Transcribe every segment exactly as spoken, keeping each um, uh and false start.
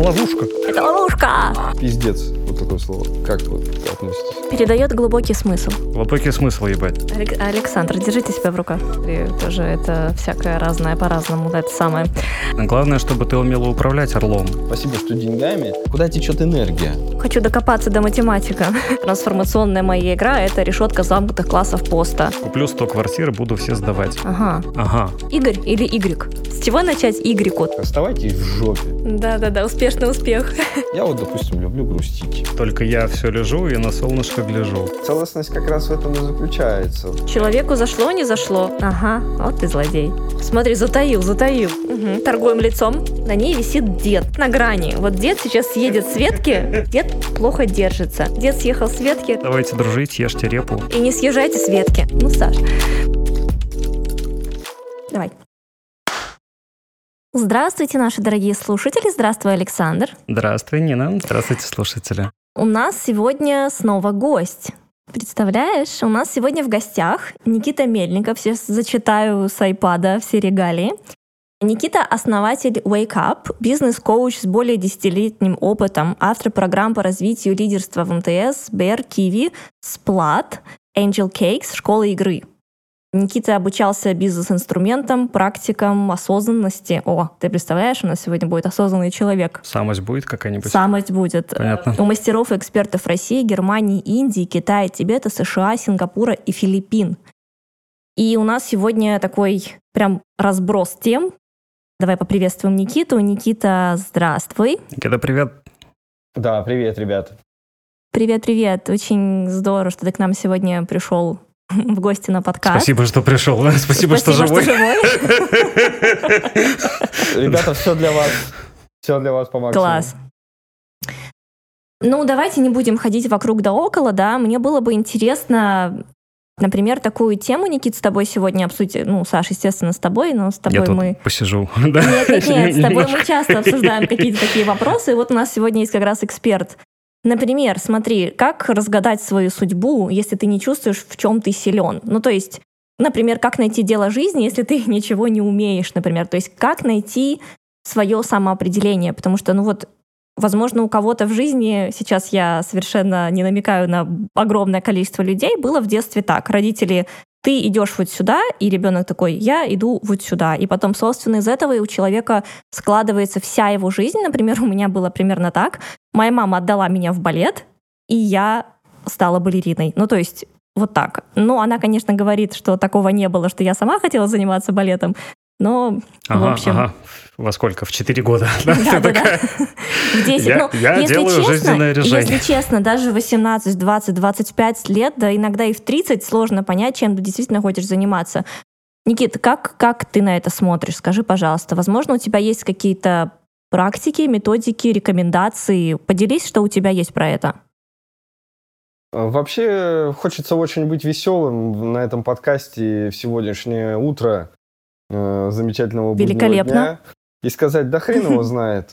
ловушка. Это ловушка! Пиздец, вот такое слово. Как вы относитесь? Передает глубокий смысл. Глубокий смысл, ебать. Алек- Александр, держите себя в руках. И тоже это всякое разное по-разному, это самое. Главное, чтобы ты умела управлять орлом. Спасибо, что деньгами. Куда течет энергия? Хочу докопаться до математика. Трансформационная моя игра — это решетка замкнутых классов поста. Куплю сто квартир, буду все сдавать. Ага. Ага. Игорь или Игрек? С чего начать Игреку? Оставайтесь в жопе. Да-да-да, успешный успех. Я вот, допустим, люблю грустить. Только я все лежу и на солнышко гляжу. Целостность как раз в этом и заключается. Человеку зашло, не зашло? Ага, вот ты злодей. Смотри, затаил, затаил. Угу. Торгуем лицом. На ней висит дед на грани. Вот дед сейчас съедет с ветки. Дед плохо держится. Дед съехал с ветки. Давайте дружить, ешьте репу. И не съезжайте с ветки. Ну, Саш. Давай. Здравствуйте, наши дорогие слушатели. Здравствуй, Александр. Здравствуй, Нина. Здравствуйте, слушатели. У нас сегодня снова гость. Представляешь, у нас сегодня в гостях Никита Мельников. Сейчас зачитаю с айпада все регалии. Никита — основатель Wake Up, бизнес-коуч с более десятилетним опытом, автор программ по развитию лидерства в эм тэ эс, бэ эр, Kiwi, Splat, Angel Cakes, школа игры. Никита обучался бизнес-инструментам, практикам осознанности. О, ты представляешь, у нас сегодня будет осознанный человек. Самость будет какая-нибудь? Самость будет. Понятно. У мастеров и экспертов России, Германии, Индии, Китая, Тибета, США, Сингапура и Филиппин. И у нас сегодня такой прям разброс тем. Давай поприветствуем Никиту. Никита, здравствуй. Никита, привет. Да, привет, ребят. Привет-привет. Очень здорово, что ты к нам сегодня пришел в гости на подкаст. Спасибо, что пришел. Спасибо, что живой. Ребята, все для вас. Все для вас по максимуму. Класс. Ну, давайте не будем ходить вокруг да около, да. Мне было бы интересно, например, такую тему, Никит, с тобой сегодня обсудить. Ну, Саш, естественно, с тобой, но с тобой Я тут мы... посижу. Нет, нет, нет, с тобой мы часто обсуждаем какие-то такие вопросы. И вот у нас сегодня есть как раз эксперт. Например, смотри, как разгадать свою судьбу, если ты не чувствуешь, в чем ты силен. Ну, то есть, например, как найти дело жизни, если ты ничего не умеешь, например. То есть, как найти свое самоопределение. Потому что, ну вот, возможно, у кого-то в жизни, сейчас я совершенно не намекаю на огромное количество людей, было в детстве так. Родители: ты идешь вот сюда, и ребенок такой: я иду вот сюда. И потом, собственно, из этого и у человека складывается вся его жизнь. Например, у меня было примерно так. Моя мама отдала меня в балет, и я стала балериной. Ну, то есть вот так. Ну, она, конечно, говорит, что такого не было, что я сама хотела заниматься балетом, но, ага, в общем... Ага. Во сколько? В четыре года? Да, да, да. В десять. Я, ну, я если делаю честно, жизненное решение. Если честно, даже в восемнадцать, двадцать, двадцать пять лет, да иногда и в тридцать сложно понять, чем ты действительно хочешь заниматься. Никит, как, как ты на это смотришь? Скажи, пожалуйста. Возможно, у тебя есть какие-то практики, методики, рекомендации? Поделись, что у тебя есть про это. Вообще, хочется очень быть веселым на этом подкасте в сегодняшнее утро э, замечательного буднего Великолепно. дня. И сказать: да хрен его знает.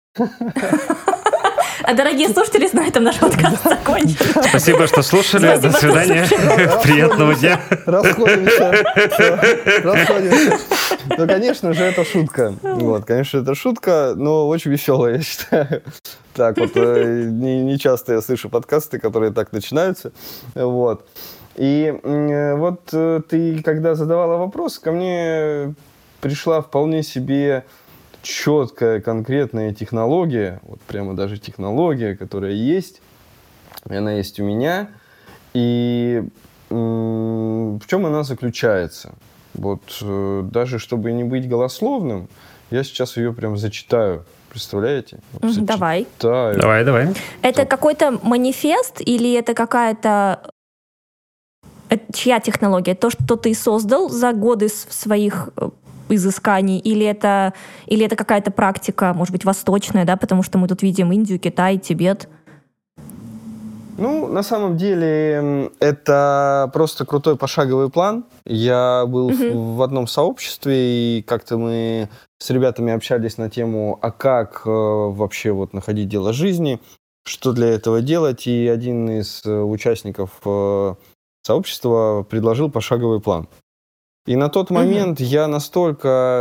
А, дорогие слушатели, на этом наш подкаст закончен. Спасибо, что слушали. Спасибо, До свидания. Приятного дня. Расходимся. Расходимся. Ну, конечно же, это шутка. Вот, конечно, это шутка, но очень веселая, я считаю. Так вот, не, не часто я слышу подкасты, которые так начинаются. Вот. И вот ты, когда задавала вопрос, ко мне пришла вполне себе четкая, конкретная технология, вот прямо даже технология, которая есть, и она есть у меня. И м- в чем она заключается? Вот э, даже чтобы не быть голословным, я сейчас ее прям зачитаю. Представляете? Вот Мгм, давай. зачитаю. Давай, давай. Это какой-то манифест или это какая-то... Это чья технология? То, что ты создал за годы с- своих э, изысканий? Или это, или это какая-то практика, может быть, восточная, да? Потому что мы тут видим Индию, Китай, Тибет. Ну, на самом деле, это просто крутой пошаговый план. Я был Мгм. в, в одном сообществе, и как-то мы с ребятами общались на тему, а как э, вообще вот находить дело жизни, что для этого делать. И один из э, участников э, сообщества предложил пошаговый план. И на тот Мгм. момент я настолько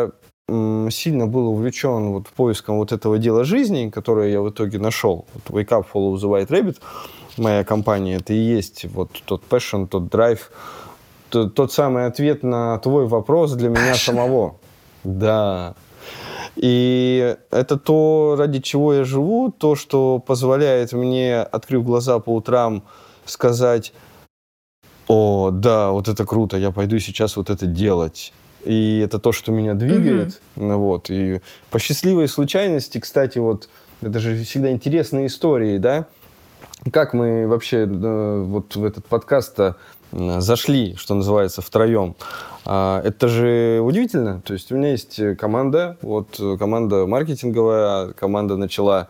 м, сильно был увлечен вот поиском вот этого дела жизни, которое я в итоге нашел. Вот Wake Up, Follow the White Rabbit, моя компания, это и есть вот тот passion, тот драйв, тот, тот самый ответ на твой вопрос для меня самого. Да. И это то, ради чего я живу, то, что позволяет мне, открыв глаза по утрам, сказать: о, да, вот это круто, я пойду сейчас вот это делать. И это то, что меня двигает. Mm-hmm. Вот. И по счастливой случайности, кстати, вот это же всегда интересные истории, да? Как мы вообще вот в этот подкаст-то зашли, что называется, втроем. Это же удивительно. То есть у меня есть команда, вот команда маркетинговая, команда начала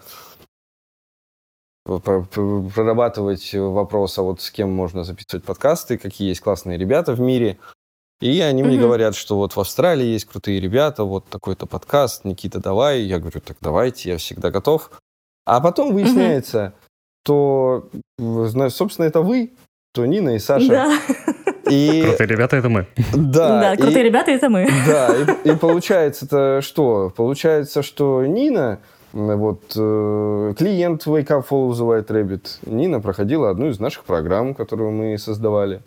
прорабатывать вопрос, а вот с кем можно записывать подкасты, какие есть классные ребята в мире. И они mm-hmm. мне говорят, что вот в Австралии есть крутые ребята, вот такой-то подкаст, Никита, давай. Я говорю, так давайте, я всегда готов. А потом выясняется, mm-hmm. то, собственно, это вы, то Нина и Саша. Да. И... Крутые ребята — это мы. Да, да, крутые и... ребята — это мы. Да, и, и получается-то что? Получается, что Нина, вот, э, клиент Wake Up, Follow the White Rabbit, Нина проходила одну из наших программ, которую мы создавали.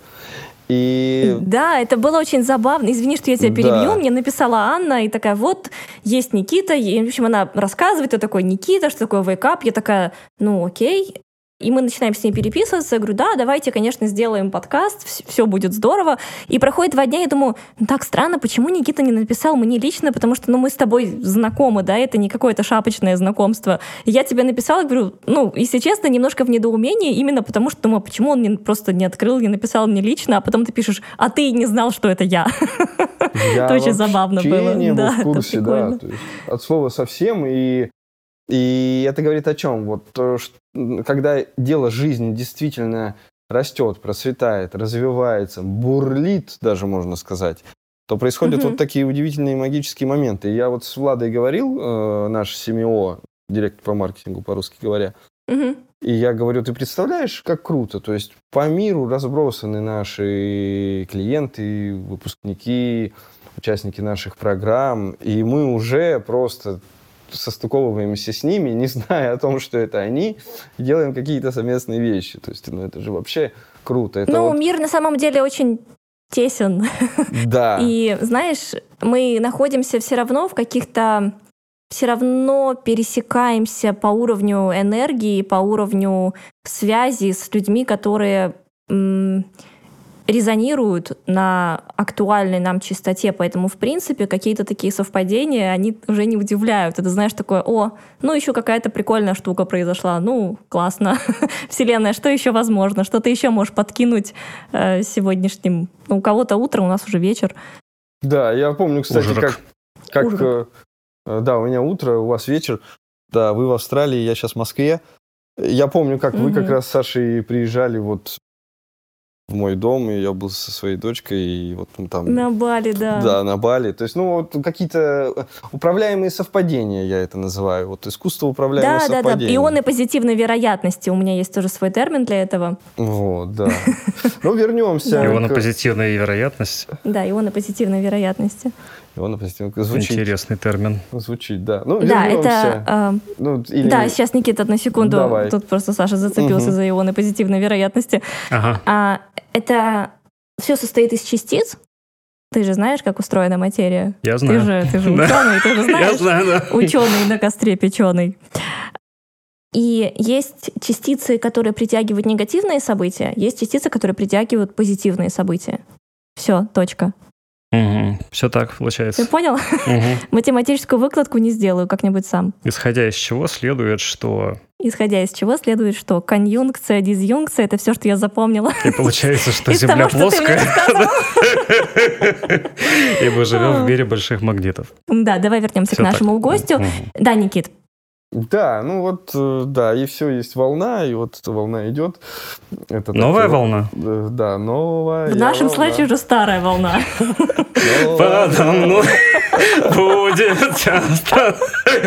И... Да, это было очень забавно. Извини, что я тебя перебью. Да. Мне написала Анна, и такая, вот, есть Никита. И, в общем, она рассказывает, кто такой Никита, что такое Wake Up. Я такая, ну окей. И мы начинаем с ней переписываться. Я говорю, да, давайте, конечно, сделаем подкаст, все будет здорово. И проходит два дня, я думаю, ну так странно, почему Никита не написал мне лично, потому что, ну, мы с тобой знакомы, да, это не какое-то шапочное знакомство. И я тебе написала, говорю, ну, если честно, немножко в недоумении, именно потому что, думаю, почему он мне просто не открыл, не написал мне лично, а потом ты пишешь, а ты не знал, что это я. Это очень забавно было. Я в курсе, да, от слова совсем, и И это говорит о чем? Вот, когда дело жизни действительно растет, процветает, развивается, бурлит, даже можно сказать, то происходят mm-hmm. вот такие удивительные магические моменты. И я вот с Владой говорил, э, наш си эм о, директор по маркетингу, по-русски говоря, mm-hmm. и я говорю, ты представляешь, как круто? То есть по миру разбросаны наши клиенты, выпускники, участники наших программ, и мы уже просто... состыковываемся с ними, не зная о том, что это они, и делаем какие-то совместные вещи. То есть, ну, это же вообще круто. Это ну, вот... мир на самом деле очень тесен. Да. И, знаешь, мы находимся все равно в каких-то... Все равно пересекаемся по уровню энергии, по уровню связи с людьми, которые... М- резонируют на актуальной нам частоте, поэтому, в принципе, какие-то такие совпадения, они уже не удивляют. Это, знаешь, такое, о, ну, еще какая-то прикольная штука произошла, ну, классно, вселенная, что еще возможно, что ты еще можешь подкинуть э, сегодняшним, ну, у кого-то утро, у нас уже вечер. Да, я помню, кстати, Ужрак. как, как э, да, у меня утро, у вас вечер, да, вы в Австралии, я сейчас в Москве. Я помню, как угу. вы как раз с Сашей приезжали вот в мой дом, и я был со своей дочкой, и вот там... На Бали, да. Да, на Бали. То есть, ну, вот какие-то управляемые совпадения, я это называю. Вот искусство управляемых да, совпадений. Да, да, ионы позитивной вероятности. У меня есть тоже свой термин для этого. Вот, да. Ну, вернемся. Ионы позитивной вероятности. Да, ионы позитивной вероятности. Ионы позитивной звучит. Интересный термин. Звучит, да. Ну, да, это... Ну, или... Да, сейчас, Никита, одну секунду. Давай. Тут просто Саша зацепился угу. за ионы позитивной вероятности. Ага. А, это все состоит из частиц. Ты же знаешь, как устроена материя? Я знаю. Ты же, ты же ученый, ты же знаешь. Я знаю, да. Ученый на костре печеный. И есть частицы, которые притягивают негативные события, есть частицы, которые притягивают позитивные события. Все, точка. Угу. Все так получается. Ты понял? Угу. Математическую выкладку не сделаю, как-нибудь сам. Исходя из чего следует, что... Исходя из чего следует, что конъюнкция, дизъюнкция — это все, что я запомнила. И получается, что Земля плоская. И мы живем в мире больших магнитов. Да, давай вернемся к нашему гостю. Да, Никит, Да, ну вот, э, да, и все, есть волна, и вот эта волна идет. Это Новая такое- волна? э, Да, новая В нашем волна. случае уже старая волна. Новая. Подо мной будет часто.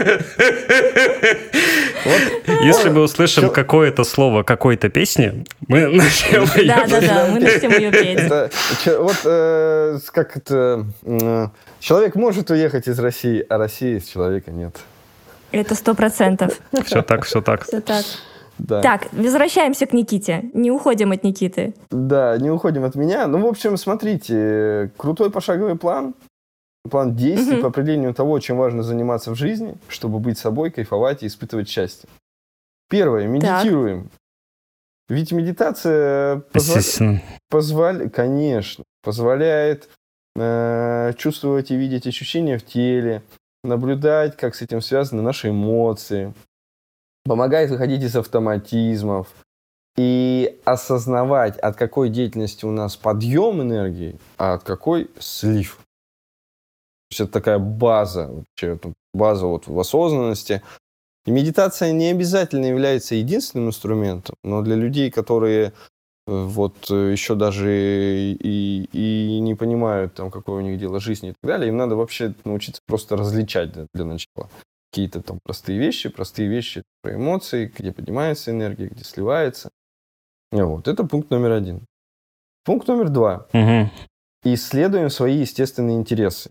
Если мы услышим чё- какое-то слово какой-то песни, мы начнем ее. Да-да-да, мы начнем ее петь. Это, чё- вот э, с- как это... м, Человек может уехать из России, а России из человека нет. Это сто процентов. Все так, все так. Все так. Да. Так, возвращаемся к Никите. Не уходим от Никиты. Да, не уходим от меня. Ну, в общем, смотрите, крутой пошаговый план. План действий Мгм. по определению того, чем важно заниматься в жизни, чтобы быть собой, кайфовать и испытывать счастье. Первое. Медитируем. Ведь медитация позва- Естественно. позволя- конечно, позволяет э, чувствовать и видеть ощущения в теле, наблюдать, как с этим связаны наши эмоции, помогает выходить из автоматизмов и осознавать, от какой деятельности у нас подъем энергии, а от какой слив. То есть это такая база, вообще, ну, база вот в осознанности. И медитация не обязательно является единственным инструментом, но для людей, которые э, вот э, еще даже и, и не понимают, там, какое у них дело жизни и так далее, им надо вообще научиться просто различать для, для начала какие-то там простые вещи, простые вещи про эмоции, где поднимается энергия, где сливается. Вот, это пункт номер один. Пункт номер два. Мгм. Исследуем свои естественные интересы.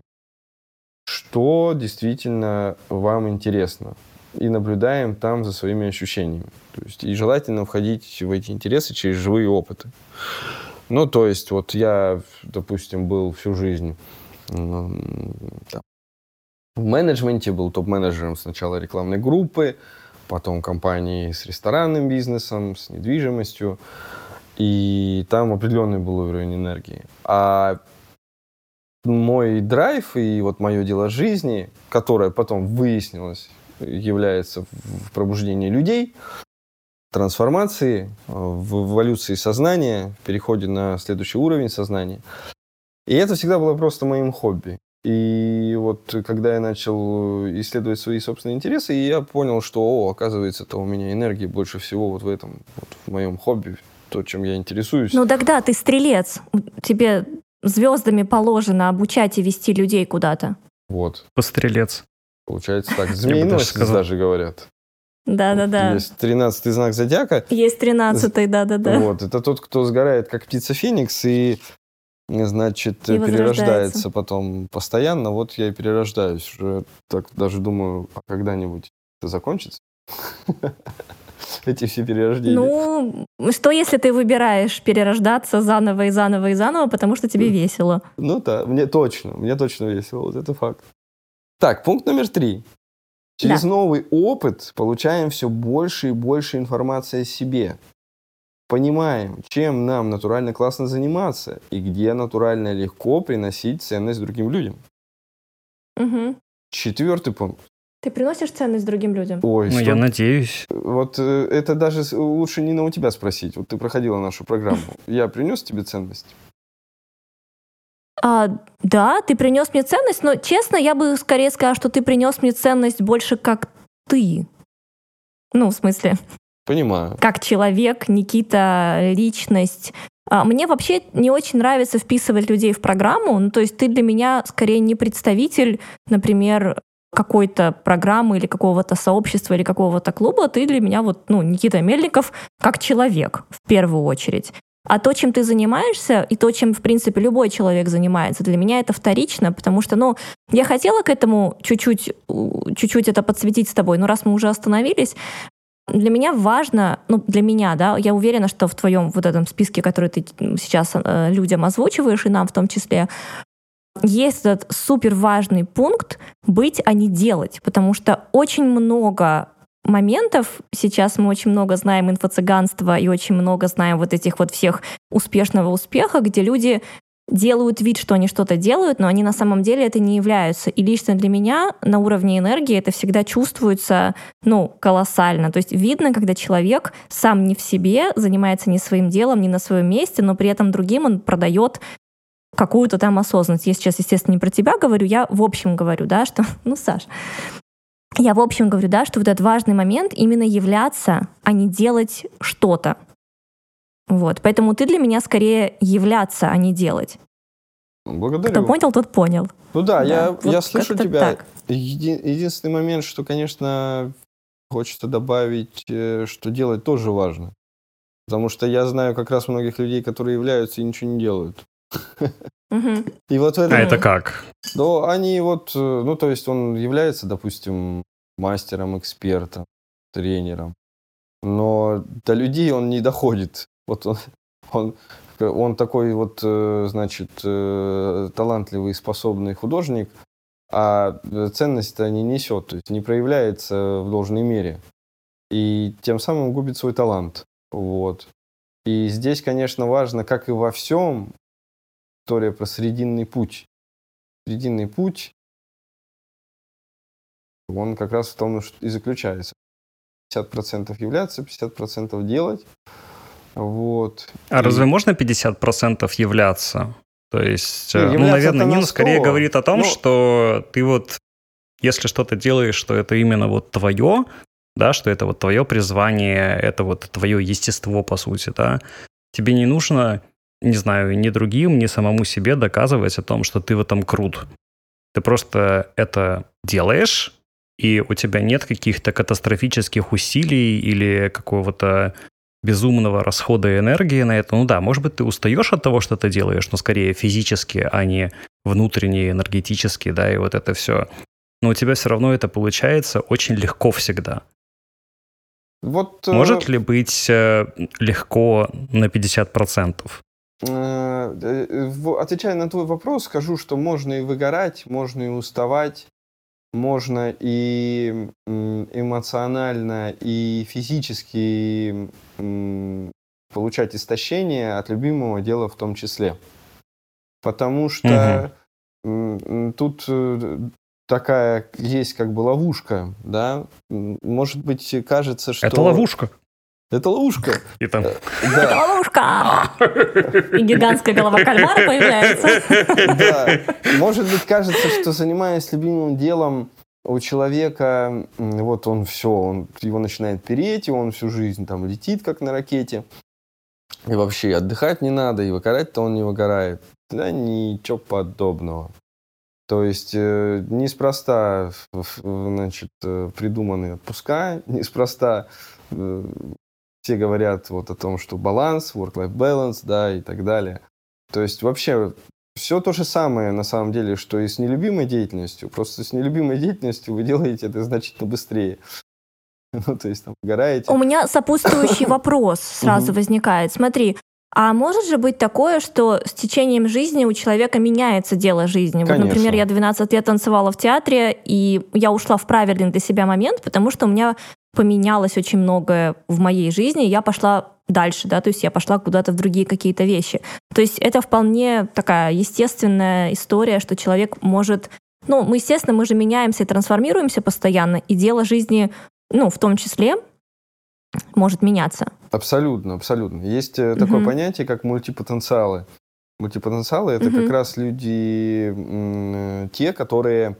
Что действительно вам интересно. И наблюдаем там за своими ощущениями. То есть, и желательно входить в эти интересы через живые опыты. Ну, то есть, вот я, допустим, был всю жизнь м, там, в менеджменте, был топ-менеджером сначала рекламной группы, потом компании с ресторанным бизнесом, с недвижимостью. И там определенный был уровень энергии. А мой драйв и вот мое дело жизни, которое потом выяснилось, является в пробуждении людей, трансформации, в эволюции сознания, в переходе на следующий уровень сознания. И это всегда было просто моим хобби. И вот когда я начал исследовать свои собственные интересы, я понял, что, о, оказывается-то у меня энергии больше всего вот в этом, вот в моем хобби, то, чем я интересуюсь. Ну тогда ты стрелец. Тебе звездами положено обучать и вести людей куда-то. Вот, Пострелец. получается так. Я бы даже Змееносец сказал. даже говорят. Да-да-да. Есть тринадцатый знак зодиака. Есть тринадцатый, да-да-да. Вот, это тот, кто сгорает, как птица Феникс, и, значит, И перерождается возрождается. потом постоянно. Вот я и перерождаюсь. Уже так даже думаю, а когда-нибудь это закончится? Эти все перерождения. Ну, что если ты выбираешь перерождаться заново и заново и заново, потому что тебе весело? Ну да, мне точно, мне точно весело, вот это факт. Так, пункт номер три. Через Да. новый опыт получаем все больше и больше информации о себе. Понимаем, чем нам натурально классно заниматься и где натурально легко приносить ценность другим людям. Мгм. Четвертый пункт. Ты приносишь ценность другим людям? Ой, Ну, что- я надеюсь. вот э, это даже с- лучше не на у тебя спросить. Вот ты проходила нашу программу. Я принес тебе ценность? А, да, ты принес мне ценность, но честно, я бы скорее сказала, что ты принес мне ценность больше как ты. Ну, в смысле, Понимаю. как человек, Никита, личность. А, Мне вообще не очень нравится вписывать людей в программу. Ну, то есть ты для меня скорее не представитель, например, какой-то программы или какого-то сообщества или какого-то клуба. Ты для меня вот, ну, Никита Мельников как человек в первую очередь. А то, чем ты занимаешься, и то, чем, в принципе, любой человек занимается, для меня это вторично, потому что, ну, я хотела к этому чуть-чуть, у, чуть-чуть это подсветить с тобой, но раз мы уже остановились, для меня важно, ну, для меня, да, я уверена, что в твоем вот этом списке, который ты сейчас э, людям озвучиваешь, и нам в том числе, есть этот супер важный пункт быть, а не делать, потому что очень много моментов, сейчас мы очень много знаем инфо-цыганства и очень много знаем вот этих вот всех успешного успеха, где люди делают вид, что они что-то делают, но они на самом деле это не являются. И лично для меня на уровне энергии это всегда чувствуется, ну, колоссально. То есть видно, когда человек сам не в себе, занимается не своим делом, не на своем месте, но при этом другим он продает какую-то там осознанность. Я сейчас, естественно, не про тебя говорю, я в общем говорю, да, что, ну, Саш, я в общем говорю, да, что вот этот важный момент именно являться, а не делать что-то. Вот. Поэтому ты для меня скорее являться, а не делать. Благодарю. Кто понял, тот понял. Ну да, Да, я, вот я слышу как-то тебя. так. Еди- единственный момент, что, конечно, хочется добавить, э, что делать тоже важно. Потому что я знаю как раз многих людей, которые являются и ничего не делают. Мгм. И вот в А этом... это как? Ну, они вот, э, ну, то есть он является, допустим, мастером, экспертом, тренером, но до людей он не доходит. Вот он, он, он такой вот, э, значит, э, талантливый, способный художник, а ценность-то не несет, то есть не проявляется в должной мере. И тем самым губит свой талант. Вот. И здесь, конечно, важно, как и во всем, история про срединный путь. Срединный путь, он как раз в том и заключается. пятьдесят процентов являться, пятьдесят процентов делать. Вот. А И- разве можно пятьдесят процентов являться? То есть, Не, э, ну, являться-то наверное, на Нина скорее сто. говорит о том, Ну- что ты вот, если что-то делаешь, что это именно вот твое, да, что это вот твое призвание, это вот твое естество, по сути, да, тебе не нужно, не знаю, ни другим, ни самому себе доказывать о том, что ты в этом крут. Ты просто это делаешь, и у тебя нет каких-то катастрофических усилий или какого-то безумного расхода энергии на это. Ну да, может быть, ты устаешь от того, что ты делаешь, но скорее физически, а не внутренне, энергетически, да, и вот это все. Но у тебя все равно это получается очень легко всегда. Вот, э, Может ли быть э, легко на пятьдесят процентов? э, э, в- отвечая на твой вопрос, скажу, что можно и выгорать, можно и уставать, можно и м, эмоционально, и физически м, получать истощение от любимого дела в том числе. Потому что м, м, тут э, такая есть как бы ловушка, да. М, Может быть, кажется, что... Это ловушка. Это ловушка. И там... Да. Ловушка! И гигантская голова кальмара появляется. Да. Может быть, кажется, что занимаясь любимым делом, у человека, м, вот он все, он, его начинает переть, и он всю жизнь там летит, как на ракете. И вообще отдыхать не надо, и выгорать-то он не выгорает. Да ничего подобного. То есть э, неспроста в- в- значит, э, придуманы отпуска, неспроста э, все говорят вот о том, что баланс, work-life balance, да, и так далее. То есть вообще все то же самое на самом деле, что и с нелюбимой деятельностью. Просто с нелюбимой деятельностью вы делаете это значительно быстрее. Ну, то есть там выгораете. У меня сопутствующий вопрос сразу Мгм. возникает. Смотри, а может же быть такое, что с течением жизни у человека меняется дело жизни? Вот, например, Конечно. я двенадцать лет танцевала в театре, и я ушла в правильный для себя момент, потому что у меня поменялось очень многое в моей жизни, и я пошла дальше, да, то есть я пошла куда-то в другие какие-то вещи. То есть это вполне такая естественная история, что человек может... Ну, мы, естественно, мы же меняемся и трансформируемся постоянно, и дело жизни, ну, в том числе, может меняться. Абсолютно, абсолютно. Есть э, такое Мгм. понятие, как мультипотенциалы. Мультипотенциалы — это Мгм. как раз люди, м, э, те, которые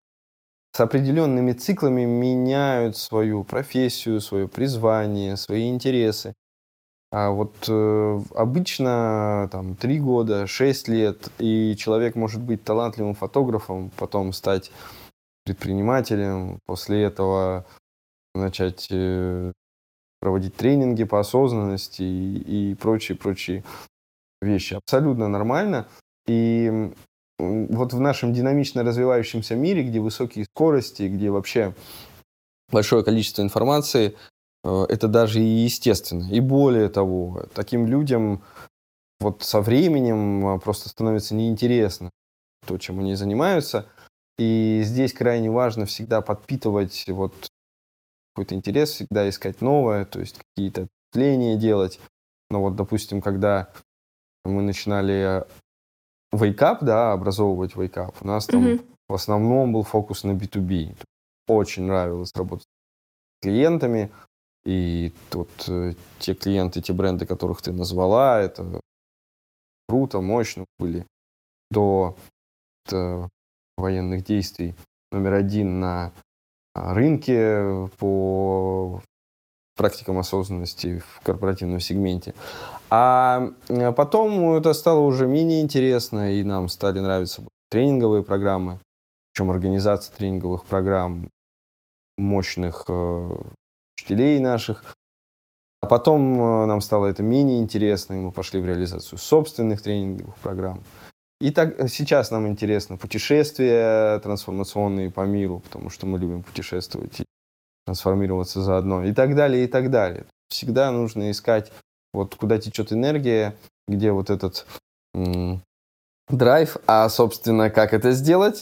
с определенными циклами меняют свою профессию, свое призвание, свои интересы. А вот э, обычно там три года, шесть лет, и человек может быть талантливым фотографом, потом стать предпринимателем, после этого начать э, проводить тренинги по осознанности и, и прочие-прочие вещи. Абсолютно нормально. И м, вот в нашем динамично развивающемся мире, где высокие скорости, где вообще большое количество информации, э, это даже и естественно. И более того, таким людям вот со временем э, просто становится неинтересно то, чем они занимаются. И здесь крайне важно всегда подпитывать вот какой-то интерес, всегда искать новое, то есть какие-то ответвления делать. Но вот, допустим, когда мы начинали Wake Up, да, образовывать Wake Up, у нас там Мгм. в основном был фокус на би ту би. Очень нравилось работать с клиентами. И вот э, те клиенты, те бренды, которых ты назвала, это круто, мощно были до э, военных действий. Номер один на рынке по практикам осознанности в корпоративном сегменте. А потом это стало уже менее интересно, и нам стали нравиться тренинговые программы, причем организация тренинговых программ мощных э, учителей наших. А потом э, нам стало это менее интересно, и мы пошли в реализацию собственных тренинговых программ. И так сейчас нам интересно путешествия трансформационные по миру, потому что мы любим путешествовать и трансформироваться заодно, и так далее, и так далее. Всегда нужно искать, вот куда течет энергия, где вот этот м- драйв. А, собственно, как это сделать?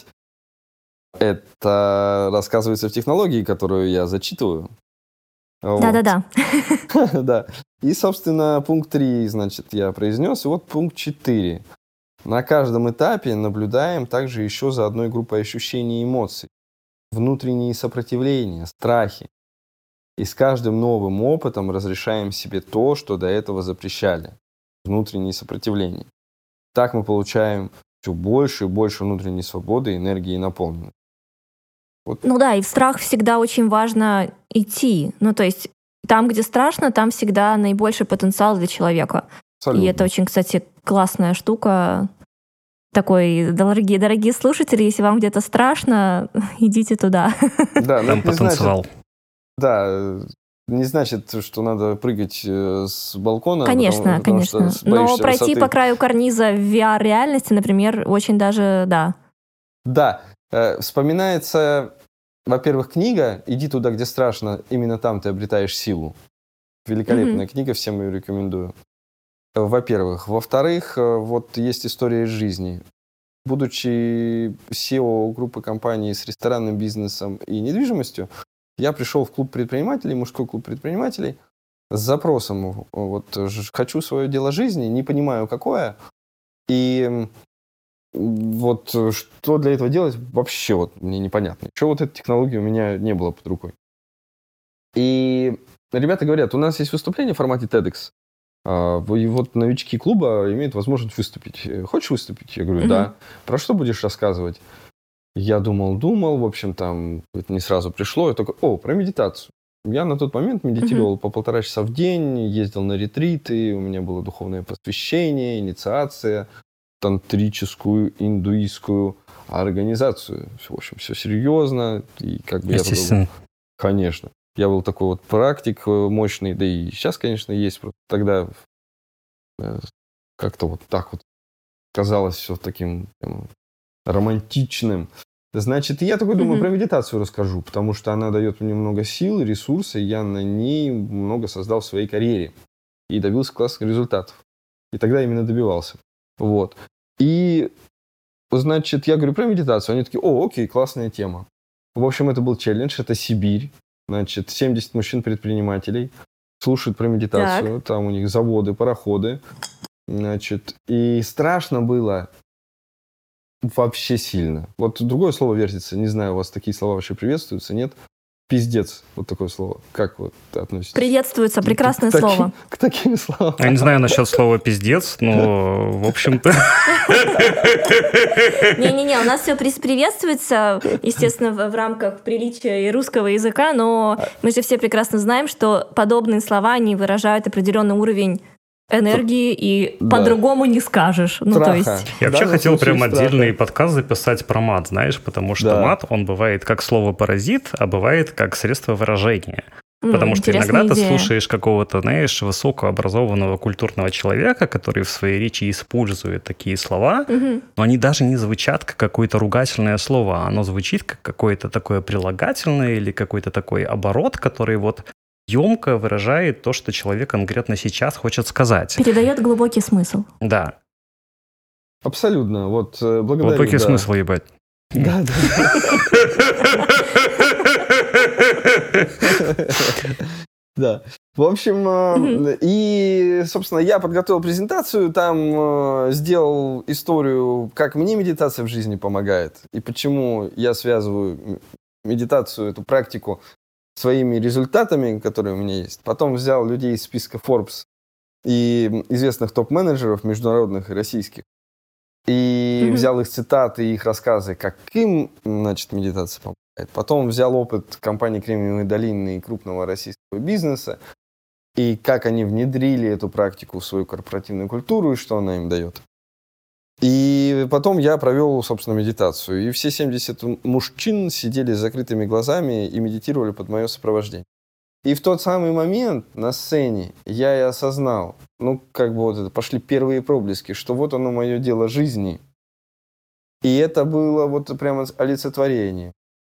Это рассказывается в технологии, которую я зачитываю. Вот. Да-да-да. Да. И, собственно, пункт три, значит, я произнес. И вот пункт четыре. На каждом этапе наблюдаем также еще за одной группой ощущений и эмоций. Внутренние сопротивления, страхи. И с каждым новым опытом разрешаем себе то, что до этого запрещали. Внутренние сопротивления. Так мы получаем все больше и больше внутренней свободы, энергии и наполненности. Вот. Ну да, и в страх всегда очень важно идти. Ну то есть там, где страшно, там всегда наибольший потенциал для человека. Абсолютно. И это очень, кстати, классная штука. Такой, дорогие, дорогие слушатели, если вам где-то страшно, идите туда. Да, там потенциал. Значит, да, не значит, что надо прыгать с балкона. Конечно, потому, конечно. Потому что Но пройти высоты. по краю карниза в ви ар-реальности, например, очень даже, да. Да. Э, вспоминается, во-первых, книга «Иди туда, где страшно, именно там ты обретаешь силу». Великолепная mm-hmm. книга, всем ее рекомендую. Во-первых. Во-вторых, вот есть история из жизни. Будучи си и о группы компаний с ресторанным бизнесом и недвижимостью, я пришел в клуб предпринимателей, мужской клуб предпринимателей, с запросом, вот, хочу свое дело жизни, не понимаю, какое, и вот что для этого делать, вообще вот мне непонятно. Еще вот этой технологии у меня не было под рукой. И ребята говорят, у нас есть выступление в формате TEDx, и вот новички клуба имеют возможность выступить. Хочешь выступить? Я говорю, да. Про что будешь рассказывать? Я думал, думал, в общем, там это не сразу пришло. Я такой, о, про медитацию. Я на тот момент медитировал uh-huh. по полтора часа в день, ездил на ретриты, у меня было духовное посвящение, инициация, тантрическую, индуистскую организацию. В общем, все серьезно. И как бы Естественно. Я такой, конечно. Я был такой вот практик мощный, да и сейчас, конечно, есть. Просто тогда как-то вот так вот казалось все таким прям, романтичным. Значит, я такой думаю, mm-hmm. про медитацию расскажу, потому что она дает мне много сил, ресурсов, и я на ней много создал в своей карьере и добился классных результатов. И тогда именно добивался. Вот. И, значит, я говорю про медитацию. Они такие, о, окей, классная тема. В общем, это был челлендж, это Сибирь. Значит, семьдесят мужчин-предпринимателей слушают про медитацию. Так. Там у них заводы, пароходы. Значит, и страшно было вообще сильно. Вот другое слово вертится. Не знаю, у вас такие слова вообще приветствуются, нет? Пиздец. Вот такое слово. Как вы относитесь? Приветствуется. Прекрасное к, к, слово. К, к таким словам. Я не знаю насчет слова пиздец, но в общем-то... Не-не-не, у нас все приветствуется, естественно, в рамках приличия и русского языка, но мы же все прекрасно знаем, что подобные слова, они выражают определенный уровень энергии, и да. по-другому не скажешь. Ну, то есть... Я вообще да, хотел прям страха. Отдельный подкаст записать про мат, знаешь, потому что да. мат, он бывает как слово «паразит», а бывает как средство выражения. Mm, потому что иногда идея. Ты слушаешь какого-то, знаешь, высокообразованного культурного человека, который в своей речи использует такие слова, mm-hmm. но они даже не звучат как какое-то ругательное слово, оно звучит как какое-то такое прилагательное или какой-то такой оборот, который вот емко выражает то, что человек конкретно сейчас хочет сказать. Передает глубокий смысл. Да. Абсолютно. Вот благодарю. Глубокий да. смысл, ебать. Да, да. Да. В общем, и, собственно, я подготовил презентацию, там сделал историю, как мне медитация в жизни помогает, и почему я связываю медитацию, эту практику, своими результатами, которые у меня есть. Потом взял людей из списка Forbes и известных топ-менеджеров международных и российских. И mm-hmm. взял их цитаты и их рассказы, как им, значит, медитация помогает. Потом взял опыт компании «Кремниевой долины» и крупного российского бизнеса, и как они внедрили эту практику в свою корпоративную культуру, и что она им дает. И потом я провел, собственно, медитацию. И все семьдесят мужчин сидели с закрытыми глазами и медитировали под мое сопровождение. И в тот самый момент на сцене я и осознал, ну, как бы вот это, пошли первые проблески, что вот оно мое дело жизни. И это было вот прямо олицетворение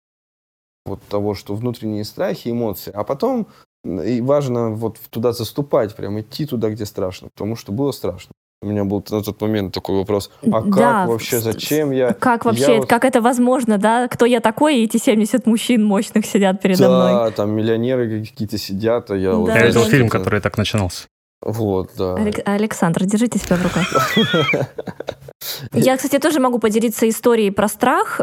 вот того, что внутренние страхи, эмоции. А потом и важно вот туда заступать, прям идти туда, где страшно, потому что было страшно. У меня был на тот момент такой вопрос, а как да, вообще, зачем я? Как вообще, я как вот... это возможно, да? Кто я такой, и эти семьдесят мужчин мощных сидят передо да, мной. Да, там миллионеры какие-то сидят, а я... Да, вот, я видел это... фильм, который так начинался. Вот, да. Александр, держите себя в руках. Я, кстати, тоже могу поделиться историей про страх.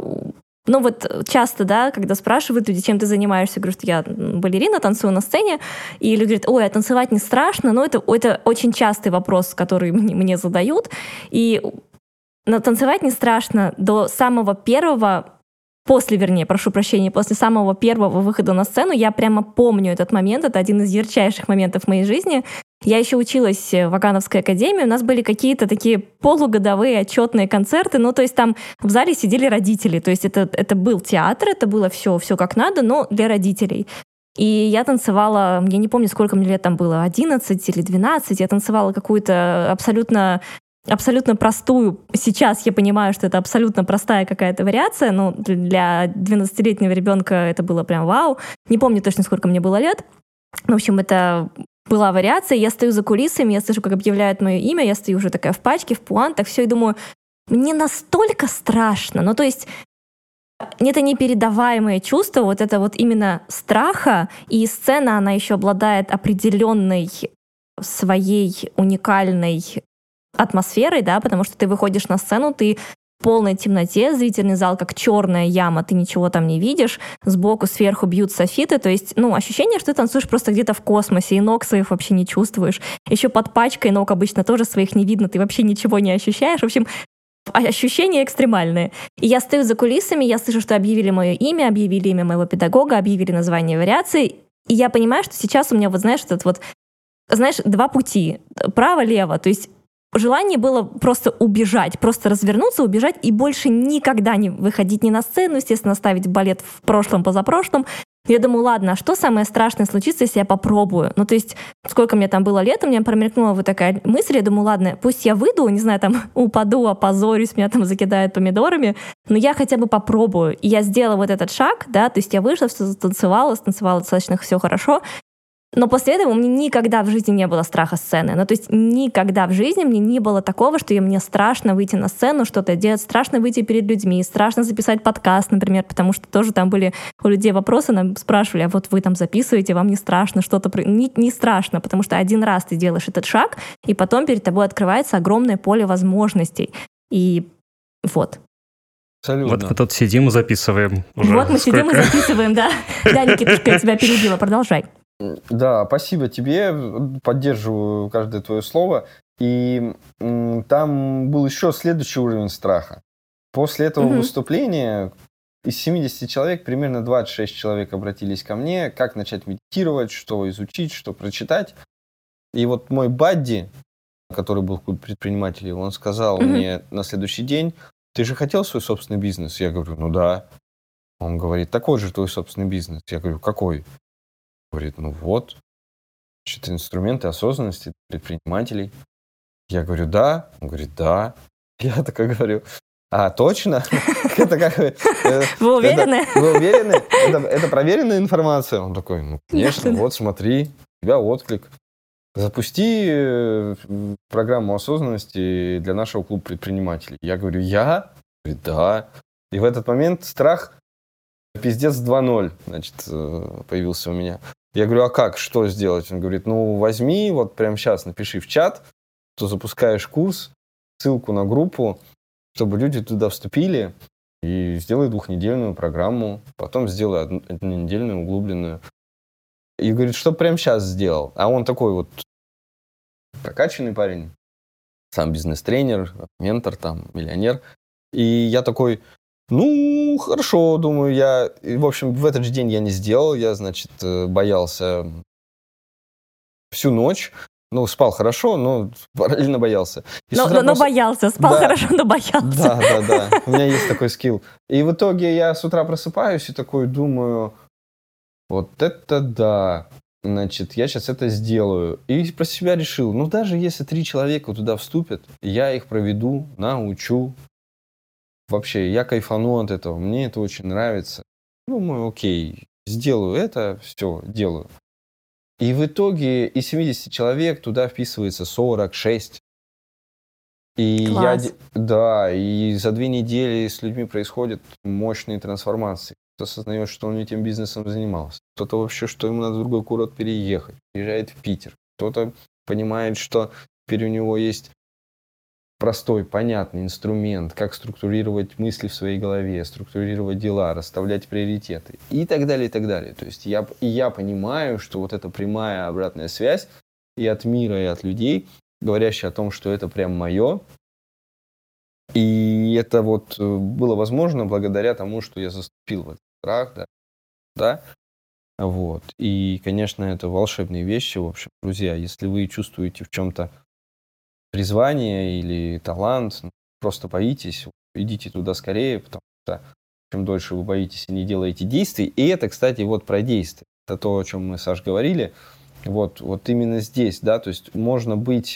Ну вот часто, да, когда спрашивают люди, чем ты занимаешься, говорю, что я балерина, танцую на сцене, и люди говорят, ой, а танцевать не страшно, но это, это очень частый вопрос, который мне, мне задают, и но танцевать не страшно до самого первого, после, вернее, прошу прощения, после самого первого выхода на сцену, я прямо помню этот момент, это один из ярчайших моментов в моей жизни. Я еще училась в Вагановской академии, у нас были какие-то такие полугодовые отчетные концерты, ну, то есть там в зале сидели родители, то есть это, это был театр, это было все, все как надо, но для родителей. И я танцевала, я не помню, сколько мне лет там было, одиннадцать или двенадцать, я танцевала какую-то абсолютно, абсолютно простую, сейчас я понимаю, что это абсолютно простая какая-то вариация, но для двенадцатилетнего ребенка это было прям вау, не помню точно, сколько мне было лет, в общем, это... Была вариация, я стою за кулисами, я слышу, как объявляют мое имя, я стою уже такая в пачке, в пуантах, все, и думаю, мне настолько страшно. Ну, то есть это непередаваемое чувство, вот это вот именно страха, и сцена, она еще обладает определенной своей уникальной атмосферой, да, потому что ты выходишь на сцену, ты в полной темноте, зрительный зал как черная яма, ты ничего там не видишь, сбоку, сверху бьют софиты, то есть, ну, ощущение, что ты танцуешь просто где-то в космосе, и ног своих вообще не чувствуешь. Еще под пачкой ног обычно тоже своих не видно, ты вообще ничего не ощущаешь. В общем, ощущения экстремальные. И я стою за кулисами, я слышу, что объявили мое имя, объявили имя моего педагога, объявили название вариации, и я понимаю, что сейчас у меня, вот знаешь, этот вот, знаешь, два пути, право-лево, то есть желание было просто убежать, просто развернуться, убежать и больше никогда не выходить ни на сцену, естественно, оставить балет в прошлом, позапрошлом. Я думаю, ладно, а что самое страшное случится, если я попробую? Ну, то есть, сколько мне там было лет, у меня промелькнула вот такая мысль, я думаю, ладно, пусть я выйду, не знаю, там, упаду, опозорюсь, меня там закидают помидорами, но я хотя бы попробую. И я сделала вот этот шаг, да, то есть я вышла, все затанцевала, станцевала достаточно все хорошо, но после этого у меня никогда в жизни не было страха сцены. Ну, то есть никогда в жизни мне не было такого, что мне страшно выйти на сцену, что-то делать, страшно выйти перед людьми, страшно записать подкаст, например, потому что тоже там были у людей вопросы, нам спрашивали, а вот вы там записываете, вам не страшно что-то? Не, не страшно, потому что один раз ты делаешь этот шаг, и потом перед тобой открывается огромное поле возможностей. И вот. Абсолютно. Вот мы тут сидим и записываем. Уже вот мы сколько? сидим и записываем, да. Да, Никитушка, я тебя перебила, продолжай. Да, спасибо тебе, поддерживаю каждое твое слово. И м, там был еще следующий уровень страха. После этого mm-hmm. выступления из семидесяти человек примерно двадцать шесть человек обратились ко мне, как начать медитировать, что изучить, что прочитать. И вот мой бадди, который был в клубе предпринимателей, он сказал mm-hmm. мне на следующий день, ты же хотел свой собственный бизнес? Я говорю, ну да. Он говорит, такой же твой собственный бизнес. Я говорю, какой? Говорит, ну вот, значит, инструменты осознанности предпринимателей. Я говорю, да. Он говорит, да. Я такой говорю, а, точно? Вы уверены? Вы уверены? Это проверенная информация? Он такой, ну, конечно, вот смотри, у тебя отклик. Запусти программу осознанности для нашего клуба предпринимателей. Я говорю, я? Говорит, да. И в этот момент страх пиздец два ноль, значит, появился у меня. Я говорю, а как, что сделать? Он говорит, ну, возьми, вот прямо сейчас напиши в чат, что запускаешь курс, ссылку на группу, чтобы люди туда вступили, и сделай двухнедельную программу, потом сделай однонедельную углубленную. И говорит, что прямо сейчас сделал? А он такой вот прокачанный парень, сам бизнес-тренер, ментор, там, миллионер. И я такой, Ну, хорошо, думаю, я... В общем, в этот же день я не сделал. Я, значит, боялся всю ночь. Ну, спал хорошо, но параллельно боялся. Но, но, но боялся, спал да. хорошо, но боялся. Да, да, да. У меня есть такой скилл. И в итоге я с утра просыпаюсь и такой думаю, вот это да. Значит, я сейчас это сделаю. И про себя решил, ну, даже если три человека туда вступят, я их проведу, научу. Вообще, я кайфану от этого. Мне это очень нравится. Думаю, окей, сделаю это, все, делаю. И в итоге из семидесяти человек туда вписывается сорок шесть. И Класс. я, да, и за две недели с людьми происходят мощные трансформации. Кто осознает, что он этим бизнесом занимался. Кто-то вообще, что ему надо в другой город переехать, приезжает в Питер. Кто-то понимает, что теперь у него есть простой, понятный инструмент, как структурировать мысли в своей голове, структурировать дела, расставлять приоритеты и так далее, и так далее. То есть я, и я понимаю, что вот эта прямая обратная связь и от мира, и от людей, говорящая о том, что это прям мое. И это вот было возможно благодаря тому, что я заступил в этот страх, да, да. Вот. И, конечно, это волшебные вещи, в общем, друзья, если вы чувствуете в чем-то призвание или талант, просто боитесь, идите туда скорее, потому что чем дольше вы боитесь и не делаете действий, и это, кстати, вот про действия, это то, о чем мы, Саш, говорили, вот, вот именно здесь, да, то есть можно быть,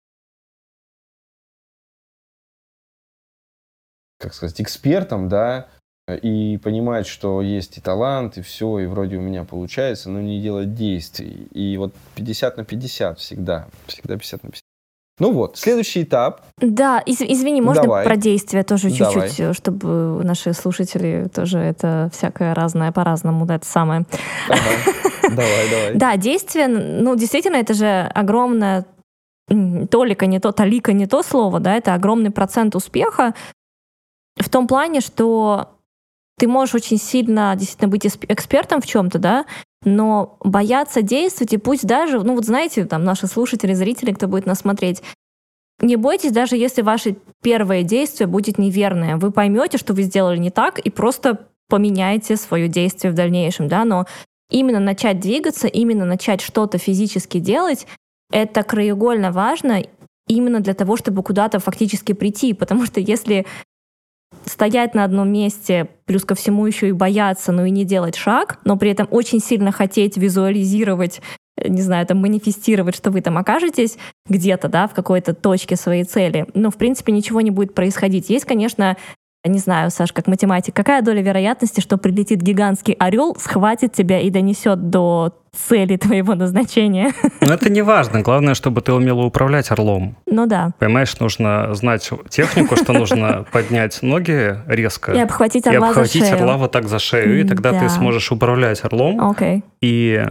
как сказать, экспертом, да, и понимать, что есть и талант, и все, и вроде у меня получается, но не делать действий. И вот пятьдесят на пятьдесят всегда, всегда пятьдесят на пятьдесят. Ну вот, следующий этап. Да, из, извини, можно Давай. про действия тоже чуть-чуть, Давай. чтобы наши слушатели тоже это всякое разное по-разному, да, это самое. Ага. Давай, давай. Да, действия, ну, действительно, это же огромное, толика не то, толика не то слово, да, это огромный процент успеха в том плане, что ты можешь очень сильно действительно быть экспертом в чем-то, да, но бояться действовать, и пусть даже, ну вот знаете, там наши слушатели, зрители, кто будет нас смотреть, не бойтесь, даже если ваше первое действие будет неверное. Вы поймете, что вы сделали не так, и просто поменяете свое действие в дальнейшем, да, но именно начать двигаться, именно начать что-то физически делать, это краеугольно важно именно для того, чтобы куда-то фактически прийти, потому что если стоять на одном месте, плюс ко всему еще и бояться, но и не делать шаг, но при этом очень сильно хотеть визуализировать, не знаю, там, манифестировать, что вы там окажетесь где-то, да, в какой-то точке своей цели, ну, в принципе, ничего не будет происходить. Есть, конечно, не знаю, Саш, как математик, какая доля вероятности, что прилетит гигантский орел, схватит тебя и донесет до цели твоего назначения? Ну, это не важно. Главное, чтобы ты умела управлять орлом. Ну да. Понимаешь, нужно знать технику, что нужно поднять ноги резко. И обхватить орла и обхватить за шею. орла вот так за шею. И тогда да. ты сможешь управлять орлом. Окей. И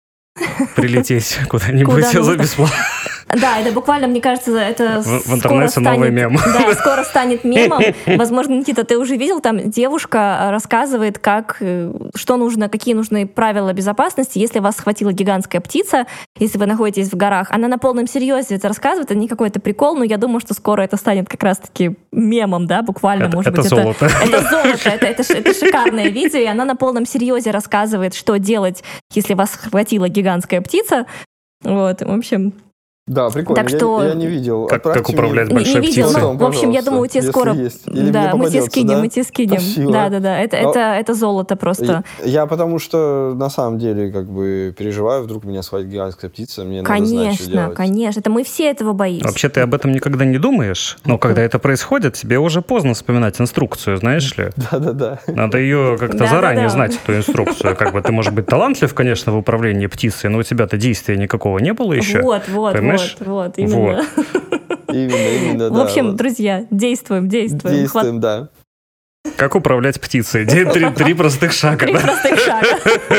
прилететь куда-нибудь за бесплатно. Да, это буквально, мне кажется, это в, в интернете станет, новый мем. Да, скоро станет мемом. Возможно, Никита, ты уже видел, там девушка рассказывает, как, что нужно, какие нужны правила безопасности, если вас схватила гигантская птица, если вы находитесь в горах. Она на полном серьезе это рассказывает, это не какой-то прикол, но я думаю, что скоро это станет как раз-таки мемом, да, буквально, это, может это быть. Золото. Это, это золото. Это, это, это шикарное видео, и она на полном серьезе рассказывает, что делать, если вас схватила гигантская птица. Вот, в общем... Да, прикольно. Так я, что... я не видел. Как, как управлять мне... большой не, не видел, птицей. Ну, в общем, я думаю, тебе скоро... Да, мы тебе скинем, да? мы тебе скинем. Да, да, да. Это, Но... это, это золото просто. Я, я потому что на самом деле как бы переживаю, вдруг меня схватит гигантская птица, мне конечно, надо знать, что делать. Конечно, это мы все этого боимся. Вообще ты об этом никогда не думаешь, но когда это происходит, тебе уже поздно вспоминать инструкцию, знаешь ли? Да-да-да. Надо ее как-то да, заранее да, да. знать, эту инструкцию. Как бы ты, может быть, талантлив, конечно, в управлении птицей, но у тебя-то действия никакого не было еще. Вот, вот, понимаешь? вот, вот, именно. Вот. Именно, именно, да. В общем, вот. друзья, действуем, действуем. Действуем, Хват... да. Как управлять птицей? Три, три простых шага. Три простых шага.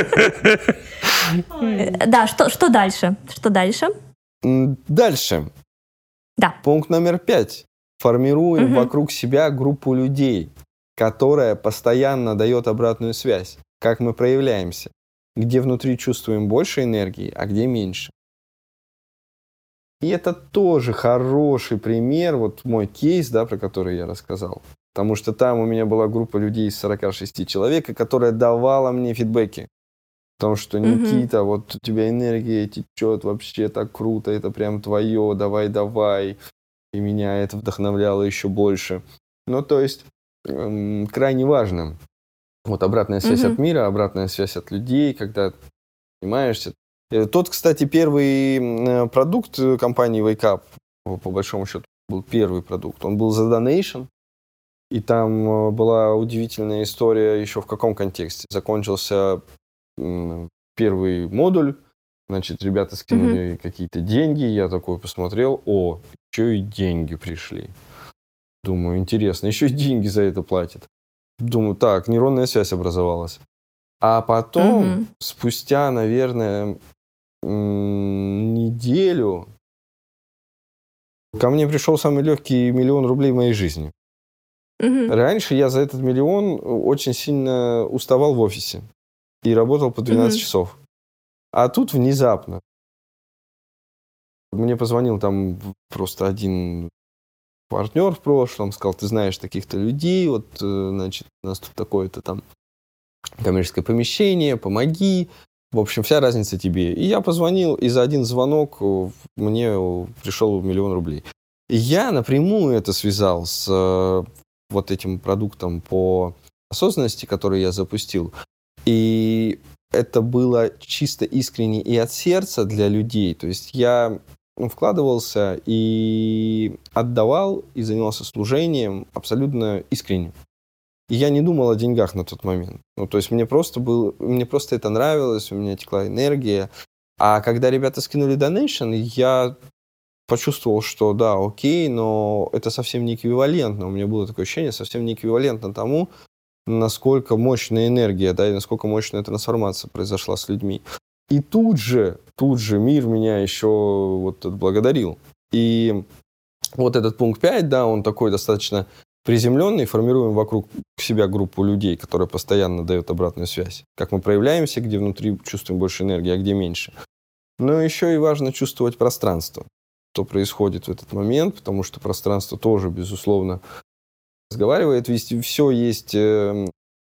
Да, что, что дальше? Что дальше? Дальше. Да. Пункт номер пять. Формируем угу. вокруг себя группу людей, которая постоянно дает обратную связь. Как мы проявляемся. Где внутри чувствуем больше энергии, а где меньше. И это тоже хороший пример, вот мой кейс, да, про который я рассказал. Потому что там у меня была группа людей из сорок шесть человек, которая давала мне фидбэки. Потому что, Никита, mm-hmm. вот у тебя энергия течет, вообще так круто, это прям твое, давай-давай. И меня это вдохновляло еще больше. Ну, то есть, эм, крайне важно. Вот обратная связь mm-hmm. от мира, обратная связь от людей, когда понимаешься. Тот, кстати, первый продукт компании Wake Up, по большому счету, был первый продукт. Он был The Donation. И там была удивительная история еще в каком контексте. Закончился первый модуль, значит, ребята скинули mm-hmm. какие-то деньги, я такой посмотрел, о, еще и деньги пришли. Думаю, интересно, еще и деньги за это платят. Думаю, так, нейронная связь образовалась. А потом, mm-hmm. спустя, наверное, неделю, ко мне пришел самый легкий миллион рублей в моей жизни. Mm-hmm. Раньше я за этот миллион очень сильно уставал в офисе и работал по двенадцать mm-hmm. часов. А тут внезапно мне позвонил там просто один партнер в прошлом, сказал, ты знаешь таких-то людей, вот, значит, у нас тут такое-то там коммерческое помещение, помоги. В общем, вся разница тебе. И я позвонил, и за один звонок мне пришел миллион рублей. И я напрямую это связал с вот этим продуктом по осознанности, который я запустил. И это было чисто искренне и от сердца для людей. То есть я вкладывался и отдавал, и занимался служением абсолютно искренне. И я не думал о деньгах на тот момент. Ну, то есть мне просто, было, мне просто это нравилось, у меня текла энергия. А когда ребята скинули donation, я почувствовал, что да, окей, но это совсем не эквивалентно. У меня было такое ощущение, совсем не эквивалентно тому, насколько мощная энергия, да, и насколько мощная трансформация произошла с людьми. И тут же, тут же мир меня еще вот отблагодарил. И вот этот пункт пять, да, он такой достаточно приземленный, формируем вокруг себя группу людей, которая постоянно дает обратную связь. Как мы проявляемся, где внутри чувствуем больше энергии, а где меньше. Но еще и важно чувствовать пространство, что происходит в этот момент, потому что пространство тоже, безусловно, разговаривает. Ведь все есть э,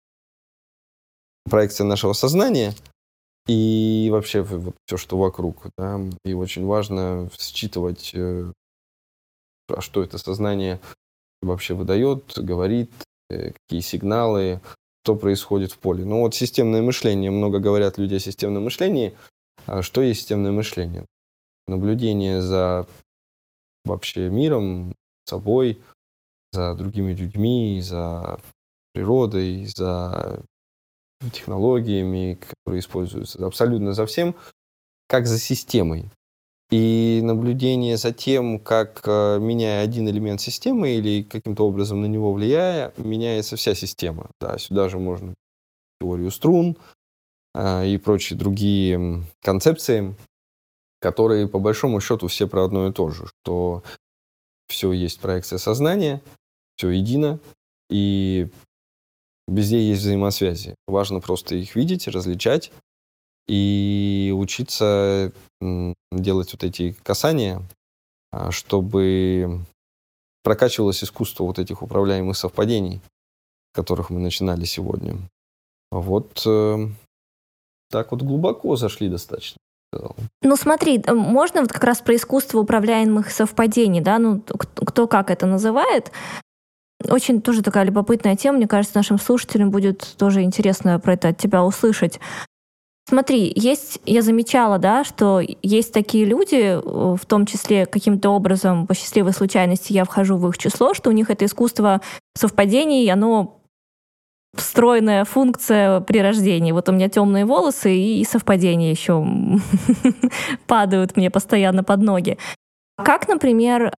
проекция нашего сознания и вообще вот, все, что вокруг. Да? И очень важно считывать, э, а что это сознание вообще выдает, говорит, э, какие сигналы, что происходит в поле. Ну вот системное мышление. Много говорят люди о системном мышлении. А что есть системное мышление? Наблюдение за вообще миром, собой, за другими людьми, за природой, за технологиями, которые используются, абсолютно за всем, как за системой. И наблюдение за тем, как, меняя один элемент системы или каким-то образом на него влияя, меняется вся система. Да, сюда же можно теорию струн а, и прочие другие концепции, которые по большому счету все про одно и то же, что все есть проекция сознания, все едино, и везде есть взаимосвязи. Важно просто их видеть, различать и учиться делать вот эти касания, чтобы прокачивалось искусство вот этих управляемых совпадений, с которых мы начинали сегодня. Вот так вот глубоко зашли достаточно. Ну смотри, можно вот как раз про искусство управляемых совпадений, да, ну кто как это называет. Очень тоже такая любопытная тема, мне кажется, нашим слушателям будет тоже интересно про это от тебя услышать. Смотри, есть, я замечала, да, что есть такие люди, в том числе каким-то образом по счастливой случайности я вхожу в их число, что у них это искусство совпадений, оно встроенная функция при рождении. Вот у меня темные волосы и совпадения еще падают мне постоянно под ноги. Как, например,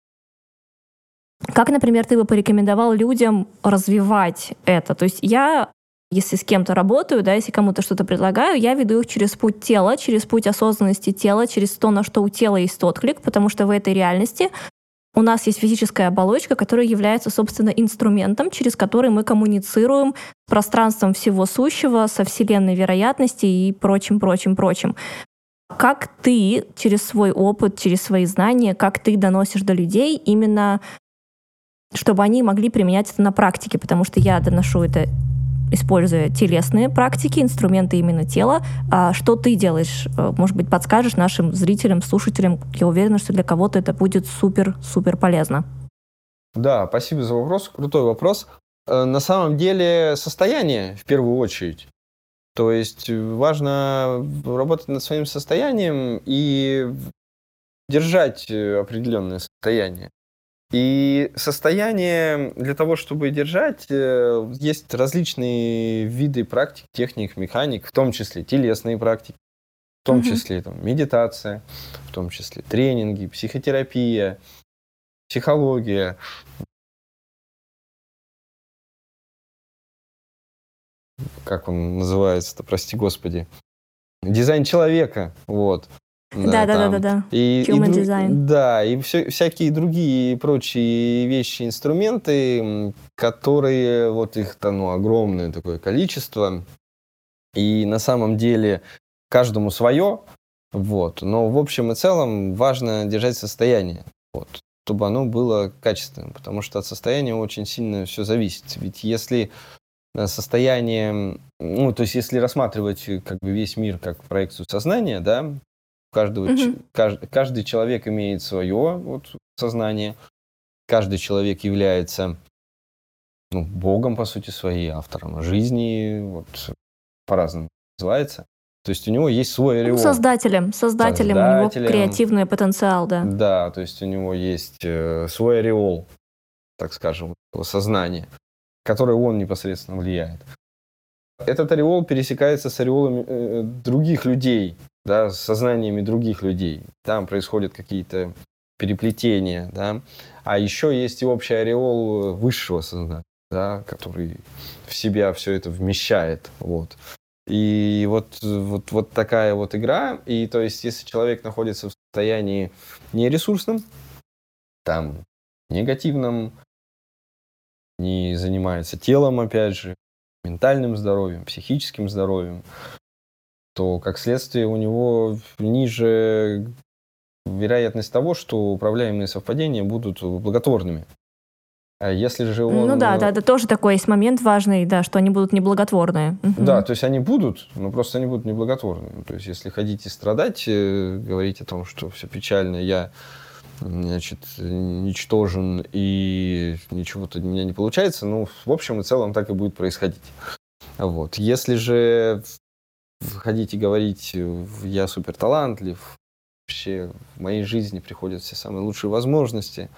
как, например, ты бы порекомендовал людям развивать это? То есть я, если с кем-то работаю, да, если кому-то что-то предлагаю, я веду их через путь тела, через путь осознанности тела, через то, на что у тела есть отклик, потому что в этой реальности у нас есть физическая оболочка, которая является, собственно, инструментом, через который мы коммуницируем с пространством всего сущего, со вселенной вероятности и прочим, прочим, прочим. Как ты через свой опыт, через свои знания, как ты доносишь до людей именно чтобы они могли применять это на практике, потому что я доношу это, используя телесные практики, инструменты именно тела. А что ты делаешь? Может быть, подскажешь нашим зрителям, слушателям? Я уверена, что для кого-то это будет супер-супер полезно. Да, спасибо за вопрос. Крутой вопрос. На самом деле состояние в первую очередь. То есть важно работать над своим состоянием и держать определенное состояние. И состояние для того, чтобы держать, есть различные виды практик, техник, механик, в том числе телесные практики, в том Мгм. числе там, медитация, в том числе тренинги, психотерапия, психология. Как он называется-то, прости господи. Дизайн человека, вот. Да, да, да, да, там. да. И, и Human дру- design. Да, и все, всякие другие прочие вещи, инструменты, м, которые, вот их-то, ну, огромное такое количество. И на самом деле каждому свое, вот. Но в общем и целом важно держать состояние, вот, чтобы оно было качественным, потому что от состояния очень сильно все зависит. Ведь если э, состояние, ну, то есть если рассматривать э, как бы весь мир как проекцию сознания, да, у каждого, ч- Мгм. кажд- каждый человек имеет свое вот, сознание, каждый человек является, ну, богом, по сути своей, автором жизни, вот, по-разному называется. То есть у него есть свой Ну, ореол. создателем, создателем у него Создателем. креативный потенциал, да. Да, то есть у него есть э, свой ореол, так скажем, его сознания, который он непосредственно влияет. Этот ореол пересекается с ореолами э, других людей, да, с сознаниями других людей. Там происходят какие-то переплетения, да. А еще есть и общий ореол высшего сознания, да, который в себя все это вмещает, вот. И вот, вот, вот такая вот игра. И то есть, если человек находится в состоянии нересурсном, там, негативном, не занимается телом, опять же, ментальным здоровьем, психическим здоровьем, то, как следствие, у него ниже вероятность того, что управляемые совпадения будут благотворными. А если же он... Ну да, да, это тоже такой есть момент важный, да, что они будут неблаготворные. Мгм. Да, то есть они будут, но просто они будут неблаготворными. То есть если хотите страдать, э, говорить о том, что все печально, я, значит, ничтожен и ничего-то у меня не получается, ну, в общем и целом так и будет происходить. Вот. Если же хотите говорить, я супер талантлив, вообще в моей жизни приходят все самые лучшие возможности,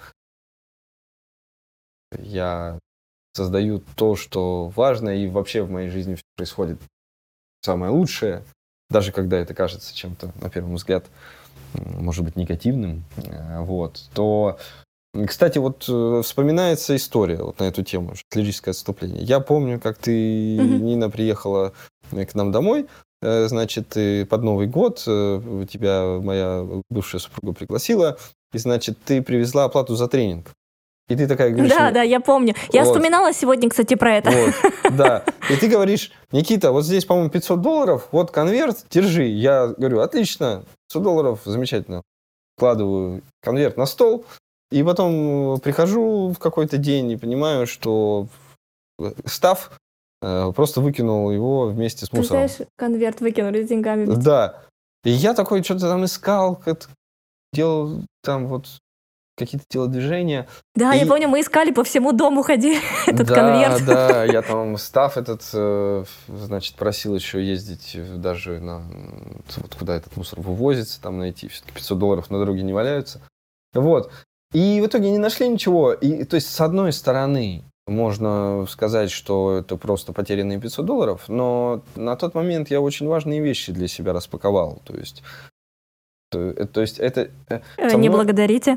я создаю то, что важно, и вообще в моей жизни все происходит самое лучшее, даже когда это кажется чем-то, на первый взгляд, может быть, негативным, э, вот, то, кстати, вот э, вспоминается история вот на эту тему, лирическое отступление. Я помню, как ты, Мгм. Нина, приехала э, к нам домой, э, значит, ты под Новый год, э, тебя моя бывшая супруга пригласила, и, значит, ты привезла оплату за тренинг. И ты такая говоришь... Да, мне, да, я помню. Я вот, вспоминала сегодня, кстати, про это. вот, да. И ты говоришь, Никита, вот здесь, по-моему, пятьсот долларов, вот конверт, держи. Я говорю, отлично, пятьсот долларов, замечательно. Вкладываю конверт на стол, и потом прихожу в какой-то день и понимаю, что Став э, просто выкинул его вместе с Ты мусором. знаешь, конверт выкинули с деньгами. ведь. Да. И я такой что-то там искал, как-то делал там вот какие-то телодвижения. Да, я И- помню, мы искали по всему дому, ходили этот да, конверт. Да, я там Став этот, э, значит, просил еще ездить даже на вот куда этот мусор вывозится, там найти. Все-таки пятьсот долларов на дороге не валяются. Вот. И в итоге не нашли ничего. И, то есть, с одной стороны, можно сказать, что это просто потерянные пятьсот долларов, но на тот момент я очень важные вещи для себя распаковал. То есть, то, то есть это... э, Э, со Не мной- благодарите.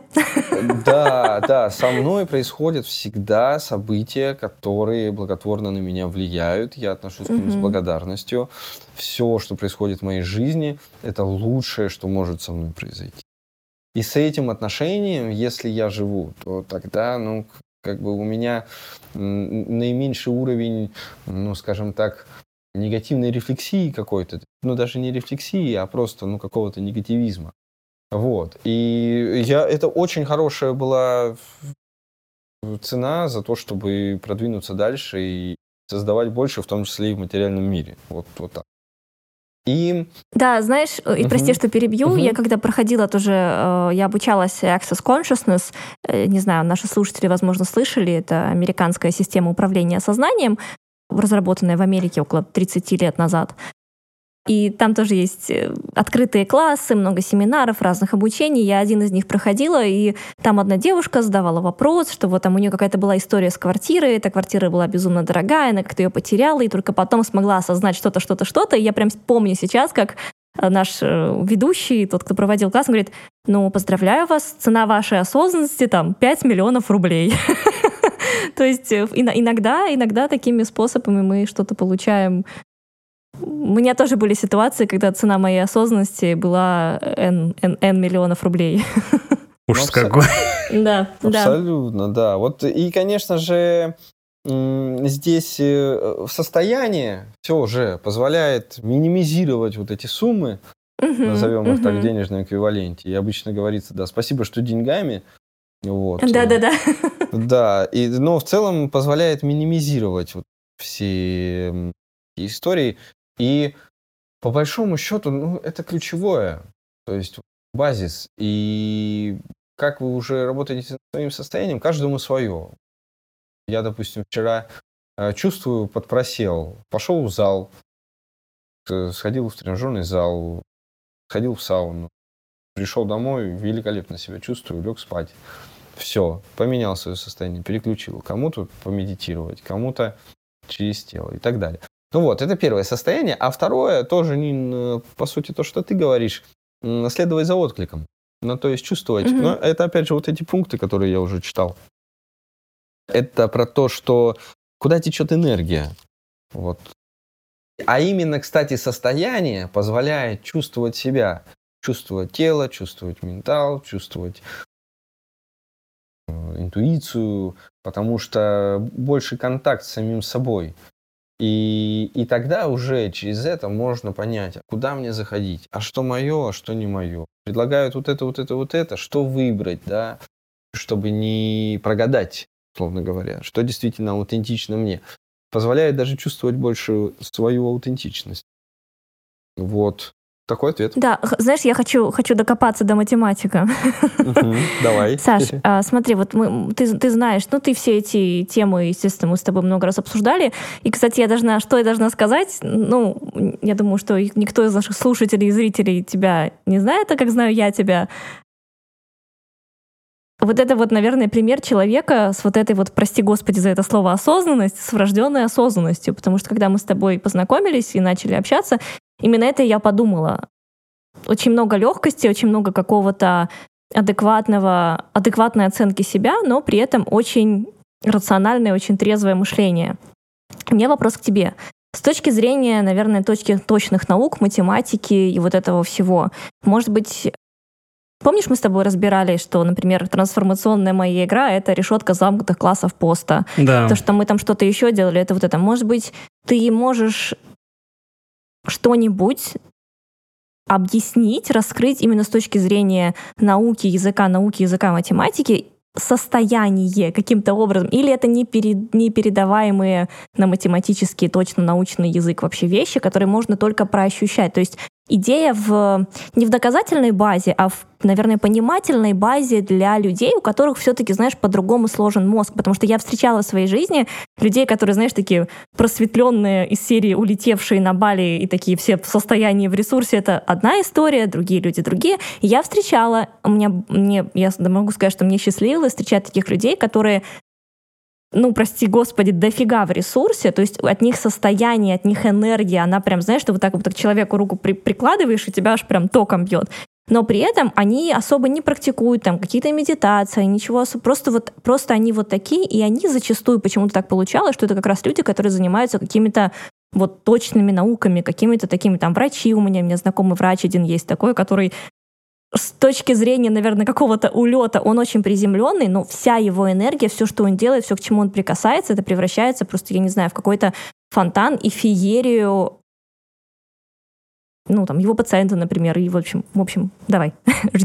Да, да, со мной происходят всегда события, которые благотворно на меня влияют. Я отношусь к ним с Мгм. благодарностью. Все, что происходит в моей жизни, это лучшее, что может со мной произойти. И с этим отношением, если я живу, то тогда, ну, к- как бы у меня м, наименьший уровень, ну, скажем так, негативной рефлексии какой-то. Ну, даже не рефлексии, а просто, ну, какого-то негативизма. Вот. И я, это очень хорошая была цена за то, чтобы продвинуться дальше и создавать больше, в том числе и в материальном мире. Вот, вот так. И... Да, знаешь, и Мгм. прости, что перебью, Мгм. я когда проходила тоже, э, я обучалась Access Consciousness, э, не знаю, наши слушатели, возможно, слышали, это американская система управления сознанием, разработанная в Америке около тридцать лет назад. И там тоже есть э, открытые классы, много семинаров, разных обучений. Я один из них проходила, и там одна девушка задавала вопрос, что вот там у нее какая-то была история с квартирой, эта квартира была безумно дорогая, она как-то ее потеряла, и только потом смогла осознать что-то, что-то, что-то. И я прям помню сейчас, как э, наш э, ведущий, тот, кто проводил класс, он говорит: ну, поздравляю вас, цена вашей осознанности там пять миллионов рублей. То есть э, ин- иногда, иногда такими способами мы что-то получаем. У меня тоже были ситуации, когда цена моей осознанности была N, N, N миллионов рублей. Ужас Ну, какой. Да, да. Абсолютно, да. Вот и, конечно же, м, здесь э, состояние все уже позволяет минимизировать вот эти суммы, Мгм, назовем их так, в мгм. денежном эквиваленте. И обычно говорится, да, спасибо, что деньгами. Вот. Да-да-да. Да, и, но в целом позволяет минимизировать вот все м, истории. И по большому счету, ну, это ключевое. То есть базис. И как вы уже работаете над своим состоянием, каждому свое. Я, допустим, вчера э, чувствую, подпросел, пошел в зал, э, сходил в тренажерный зал, сходил в сауну, пришел домой, великолепно себя чувствую, лег спать. Все, поменял свое состояние, переключил. Кому-то помедитировать, кому-то через тело и так далее. Ну вот, это первое состояние. А второе, тоже, Нин, по сути, то, что ты говоришь, м, следовать за откликом. Ну, то есть чувствовать. Мгм. Но это, опять же, вот эти пункты, которые я уже читал. Это про то, что куда течет энергия. Вот. А именно, кстати, состояние позволяет чувствовать себя. Чувствовать тело, чувствовать ментал, чувствовать э, интуицию, потому что больше контакт с самим собой. И, и тогда уже через это можно понять, а куда мне заходить, а что мое, а что не мое. Предлагают вот это, вот это, вот это, что выбрать, да, чтобы не прогадать, условно говоря, что действительно аутентично мне. Позволяет даже чувствовать больше свою аутентичность. Вот. Такой ответ. Да, х- знаешь, я хочу, хочу докопаться до математика. Мгм. Давай. Саш, а, смотри, вот мы, ты, ты знаешь, ну ты все эти темы, естественно, мы с тобой много раз обсуждали. И, кстати, я должна, что я должна сказать? Ну, я думаю, что и никто из наших слушателей и зрителей тебя не знает, а как знаю я тебя. Вот это вот, наверное, пример человека с вот этой вот, прости господи за это слово, осознанность, с врожденной осознанностью. Потому что когда мы с тобой познакомились и начали общаться, именно это я подумала. Очень много легкости, очень много какого-то адекватного, адекватной оценки себя, но при этом очень рациональное, очень трезвое мышление. У меня вопрос к тебе. С точки зрения, наверное, точки точных наук, математики и вот этого всего, может быть, помнишь, мы с тобой разбирали, что, например, трансформационная моя игра — это решетка замкнутых классов поста. Да. То, что мы там что-то еще делали, это вот это. Может быть, ты можешь что-нибудь объяснить, раскрыть именно с точки зрения науки языка, науки языка, математики, состояние каким-то образом, или это не, перед, не передаваемые на математический, точно научный язык вообще вещи, которые можно только проощущать. То есть идея в, не в доказательной базе, а в, наверное, понимательной базе для людей, у которых все-таки, знаешь, по-другому сложен мозг. Потому что я встречала в своей жизни людей, которые, знаешь, такие просветленные из серии улетевшие на Бали и такие все в состоянии, в ресурсе. Это одна история, другие люди другие. И я встречала, у меня, мне, я могу сказать, что мне счастливилось встречать таких людей, которые, ну, прости господи, дофига в ресурсе, то есть от них состояние, от них энергия, она прям, знаешь, что вот так вот к человеку руку при- прикладываешь, и тебя аж прям током бьет. Но при этом они особо не практикуют там какие-то медитации, ничего особо, просто вот просто они вот такие, и они зачастую почему-то так получалось, что это как раз люди, которые занимаются какими-то вот точными науками, какими-то такими там врачи у меня, у меня знакомый врач один есть такой, который с точки зрения, наверное, какого-то улета, он очень приземленный, но вся его энергия, все, что он делает, все, к чему он прикасается, это превращается просто, я не знаю, в какой-то фонтан и феерию, ну, там, его пациента, например, и, в общем, в общем, давай, жги.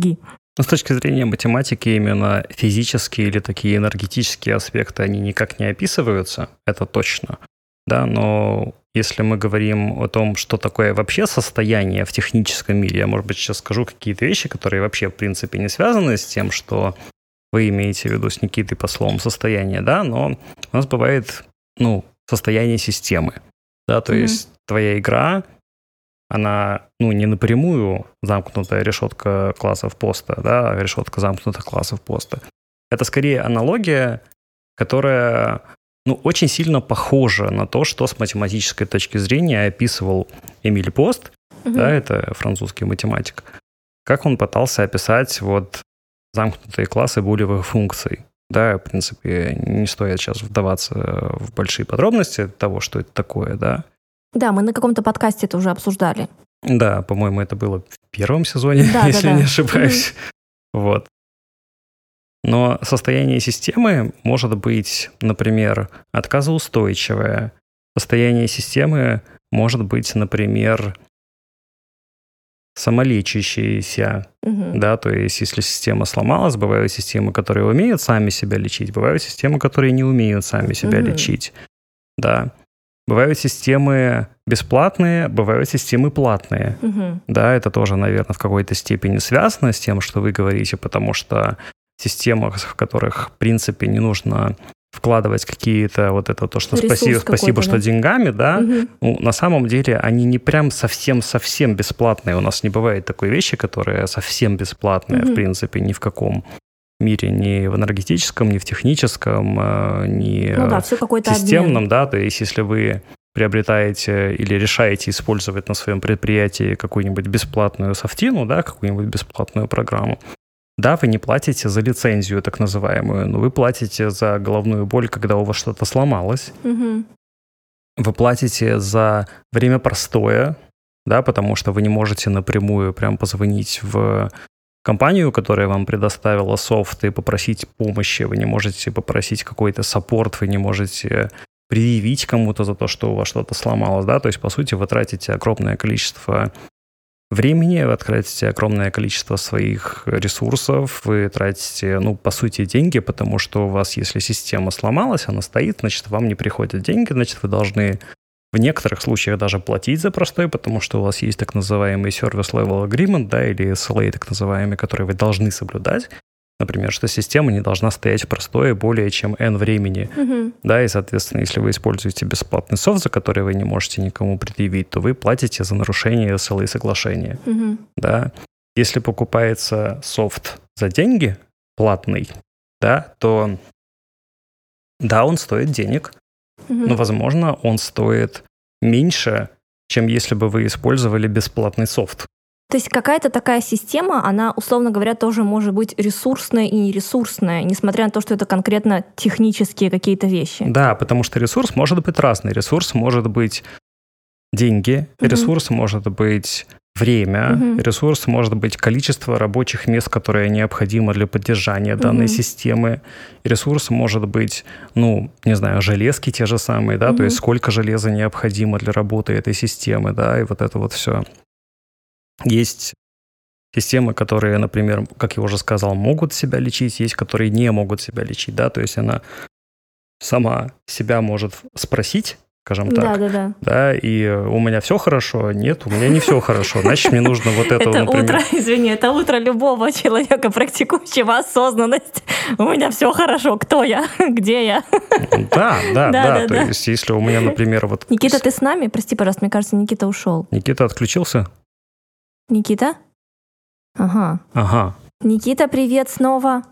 Но с точки зрения математики именно физические или такие энергетические аспекты, они никак не описываются, это точно. Да, но если мы говорим о том, что такое вообще состояние в техническом мире, я, может быть, сейчас скажу какие-то вещи, которые вообще, в принципе, не связаны с тем, что вы имеете в виду с Никитой по словам состояние, да, но у нас бывает, ну, состояние системы, да, то mm-hmm. есть твоя игра, она, ну, не напрямую замкнутая решетка классов поста, да, решетка замкнутых классов поста. Это скорее аналогия, которая, ну, очень сильно похожа на то, что с математической точки зрения описывал Эмиль Пост, mm-hmm. да, это французский математик, как он пытался описать вот замкнутые классы булевых функций. Да, в принципе, не стоит сейчас вдаваться в большие подробности того, что это такое, да. Да, мы на каком-то подкасте это уже обсуждали. Да, по-моему, это было в первом сезоне, да, если да, да. не ошибаюсь. Mm-hmm. Вот. Но состояние системы может быть, например, отказоустойчивое. Состояние системы может быть, например, самолечащиеся, угу. да, то есть если система сломалась, бывают системы, которые умеют сами себя лечить, бывают системы, которые не умеют сами себя угу. лечить, да. Бывают системы бесплатные, бывают системы платные, угу. да, это тоже, наверное, в какой-то степени связано с тем, что вы говорите, потому что в системах, в которых, в принципе, не нужно вкладывать какие-то вот это то, что ресурс спасибо, спасибо, что да? деньгами, да, угу. ну, на самом деле они не прям совсем-совсем бесплатные. У нас не бывает такой вещи, которая совсем бесплатная, угу. в принципе, ни в каком мире, ни в энергетическом, ни в техническом, ни ну, да, все в системном, да, то есть если вы приобретаете или решаете использовать на своем предприятии какую-нибудь бесплатную софтину, да, какую-нибудь бесплатную программу, да, вы не платите за лицензию так называемую, но вы платите за головную боль, когда у вас что-то сломалось. Угу. Вы платите за время простоя, да, потому что вы не можете напрямую прям позвонить в компанию, которая вам предоставила софт, и попросить помощи. Вы не можете попросить какой-то саппорт, вы не можете предъявить кому-то за то, что у вас что-то сломалось, да, то есть, по сути, вы тратите огромное количество времени, вы тратите огромное количество своих ресурсов, вы тратите, ну, по сути, деньги, потому что у вас, если система сломалась, она стоит, значит, вам не приходят деньги, значит, вы должны в некоторых случаях даже платить за простой, потому что у вас есть так называемый Service Level Agreement, да, или эс эл эй так называемый, который вы должны соблюдать. Например, что система не должна стоять в простое более чем N времени. Uh-huh. Да, и, соответственно, если вы используете бесплатный софт, за который вы не можете никому предъявить, то вы платите за нарушение эс эл эй соглашения. Uh-huh. Да. Если покупается софт за деньги, платный, да, то да, он стоит денег, uh-huh. но, возможно, он стоит меньше, чем если бы вы использовали бесплатный софт. То есть какая-то такая система, она, условно говоря, тоже может быть ресурсная и нересурсная, несмотря на то, что это конкретно технические какие-то вещи. Да, потому что ресурс может быть разный. Ресурс может быть деньги, угу. ресурс может быть время, угу. ресурс может быть количество рабочих мест, которые необходимо для поддержания данной угу. системы. Ресурс может быть, ну, не знаю, железки те же самые, да, угу. то есть сколько железа необходимо для работы этой системы, да, и вот это вот все. Есть системы, которые, например, как я уже сказал, могут себя лечить, есть, которые не могут себя лечить, да, то есть она сама себя может спросить, скажем так, да, да, да. да, и у меня все хорошо, нет, у меня не все хорошо, значит, мне нужно вот это, это например... утро, извини, это утро любого человека, практикующего осознанность. У меня все хорошо, кто я, где я? Да, да, да, то есть если у меня, например, вот... Никита, ты с нами? Прости, пожалуйста, мне кажется, Никита ушел. Никита отключился? Никита? Ага. Ага. Никита, привет снова.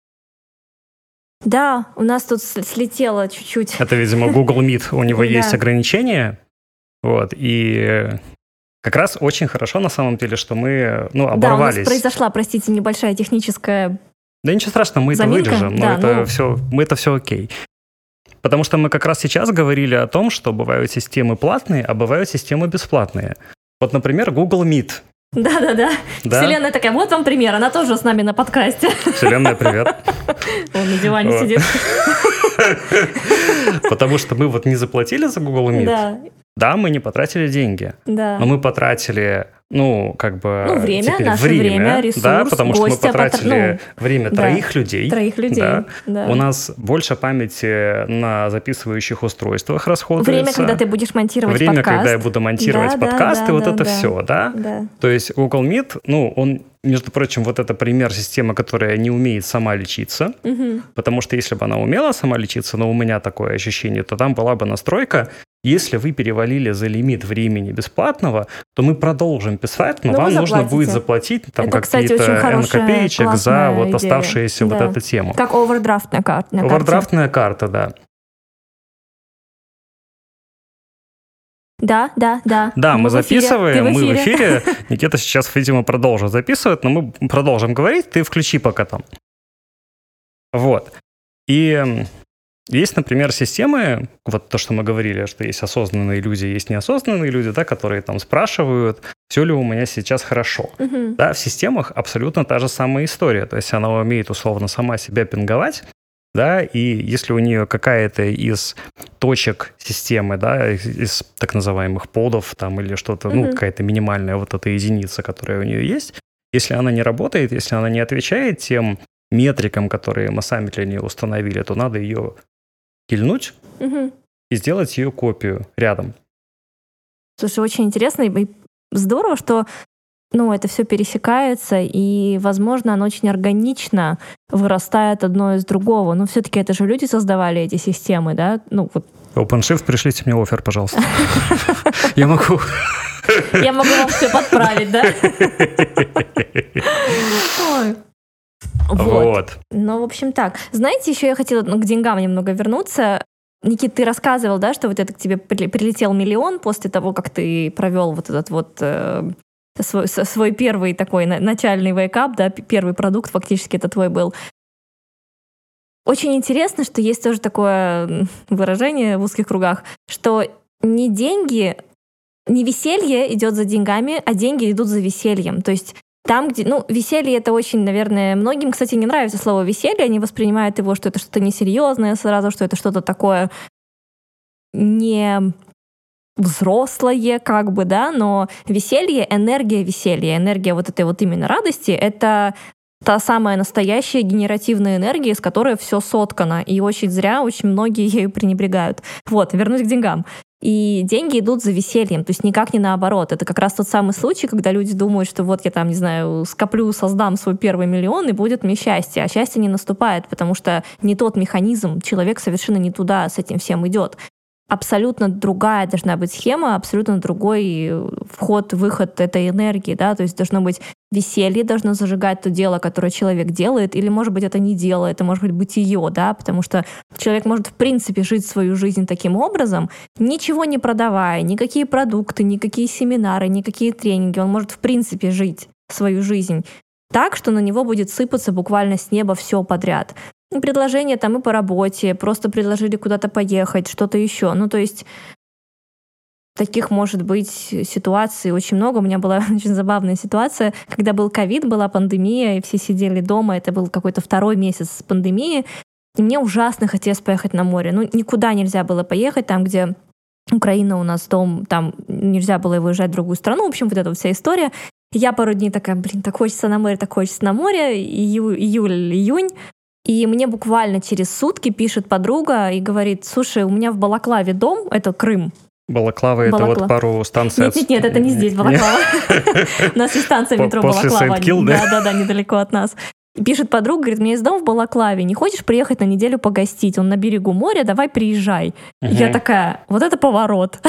Да, у нас тут слетело чуть-чуть. Это, видимо, Google Meet, у него да. есть ограничения. Вот, и как раз очень хорошо на самом деле, что мы, ну, оборвались. Да, у нас произошла, простите, небольшая техническая Да ничего страшного, мы заминка. это вырежем, да, но это, ну... все, мы это все окей. Потому что мы как раз сейчас говорили о том, что бывают системы платные, а бывают системы бесплатные. Вот, например, Google Meet. Да-да-да. Да? Вселенная такая, вот вам пример, она тоже с нами на подкасте. Вселенная, привет. Он на диване сидит. Потому что мы вот не заплатили за Google Meet. Да. Да, мы не потратили деньги, да. но мы потратили, ну, как бы... Ну, время, теперь наше время, время, ресурс, да, потому что мы гостя, потратили потр- ну, время да, троих людей. Троих людей, да. да. У нас больше памяти на записывающих устройствах расходуется. Время, когда ты будешь монтировать время, подкаст. Время, когда я буду монтировать да, подкасты, да, вот да, это да, все, да? да? То есть Google Meet, ну, он, между прочим, вот это пример системы, которая не умеет сама лечиться, угу. потому что если бы она умела сама лечиться, но у меня такое ощущение, то там была бы настройка, если вы перевалили за лимит времени бесплатного, то мы продолжим писать, но, но вам нужно будет заплатить там это, какие-то эн копеечек за вот идея. оставшуюся да. вот эту тему. Как овердрафтная карта. Овердрафтная карта, да. Да, да, да. Да, мы, мы записываем, в мы в эфире. Никита сейчас, видимо, продолжит записывать, но мы продолжим говорить. Ты включи пока там. Вот. И есть, например, системы, вот то, что мы говорили, что есть осознанные люди, есть неосознанные люди, да, которые там спрашивают, все ли у меня сейчас хорошо. Uh-huh. Да, в системах абсолютно та же самая история. То есть она умеет условно сама себя пинговать, да, и если у нее какая-то из точек системы, да, из так называемых подов там или что-то, uh-huh. ну, какая-то минимальная вот эта единица, которая у нее есть, если она не работает, если она не отвечает тем метрикам, которые мы сами для нее установили, то надо ее кильнуть uh-huh. и сделать ее копию рядом. Слушай, очень интересно и здорово, что ну, это все пересекается, и, возможно, оно очень органично вырастает одно из другого. Но все-таки это же люди создавали эти системы, да? Ну, вот. OpenShift, пришлите мне оффер, пожалуйста. Я могу... Я могу вам все подправить, да? Вот. Ну, в общем, так. Знаете, еще я хотела к деньгам немного вернуться. Никит, ты рассказывал, да, что вот это к тебе прилетел миллион после того, как ты провел вот этот вот э, свой, свой первый такой начальный вейкап, да, первый продукт фактически это твой был. Очень интересно, что есть тоже такое выражение в узких кругах, что не деньги, не веселье идет за деньгами, а деньги идут за весельем. То есть там, где, ну, веселье это очень, наверное, многим, кстати, не нравится слово веселье, они воспринимают его, что это что-то несерьезное сразу, что это что-то такое не взрослое, как бы, да, но веселье, энергия веселья, энергия вот этой вот именно радости, это та самая настоящая генеративная энергия, из которой все соткано, и очень зря очень многие ею пренебрегают. Вот, вернусь к деньгам. И деньги идут за весельем, то есть никак не наоборот. Это как раз тот самый случай, когда люди думают, что вот я там, не знаю, скоплю, создам свой первый миллион, и будет мне счастье. А счастье не наступает, потому что не тот механизм, человек совершенно не туда с этим всем идет. Абсолютно другая должна быть схема, абсолютно другой вход-выход этой энергии, да, то есть должно быть веселье, должно зажигать то дело, которое человек делает, или, может быть, это не дело, это может быть бытие, да, потому что человек может, в принципе, жить свою жизнь таким образом, ничего не продавая, никакие продукты, никакие семинары, никакие тренинги, он может, в принципе, жить свою жизнь так, что на него будет сыпаться буквально с неба все подряд. Предложения там и по работе, просто предложили куда-то поехать, что-то еще. Ну, то есть таких может быть ситуаций очень много. У меня была очень забавная ситуация, когда был ковид, была пандемия, и все сидели дома, это был какой-то второй месяц пандемии, и мне ужасно хотелось поехать на море. Ну, никуда нельзя было поехать, там, где Украина у нас дом, там нельзя было выезжать в другую страну. В общем, вот эта вот вся история. Я пару дней такая, блин, так хочется на море, так хочется на море, ию, июль, июнь. И мне буквально через сутки пишет подруга и говорит: слушай, у меня в Балаклаве дом, это Крым. Балаклава — это вот пару станций... Нет, нет, нет, это не здесь, Балаклава. У нас есть станция метро Балаклава. Да-да-да, недалеко от нас. Пишет подруга, говорит: у меня есть дом в Балаклаве, не хочешь приехать на неделю погостить? Он на берегу моря, давай приезжай. Я такая, вот это поворот.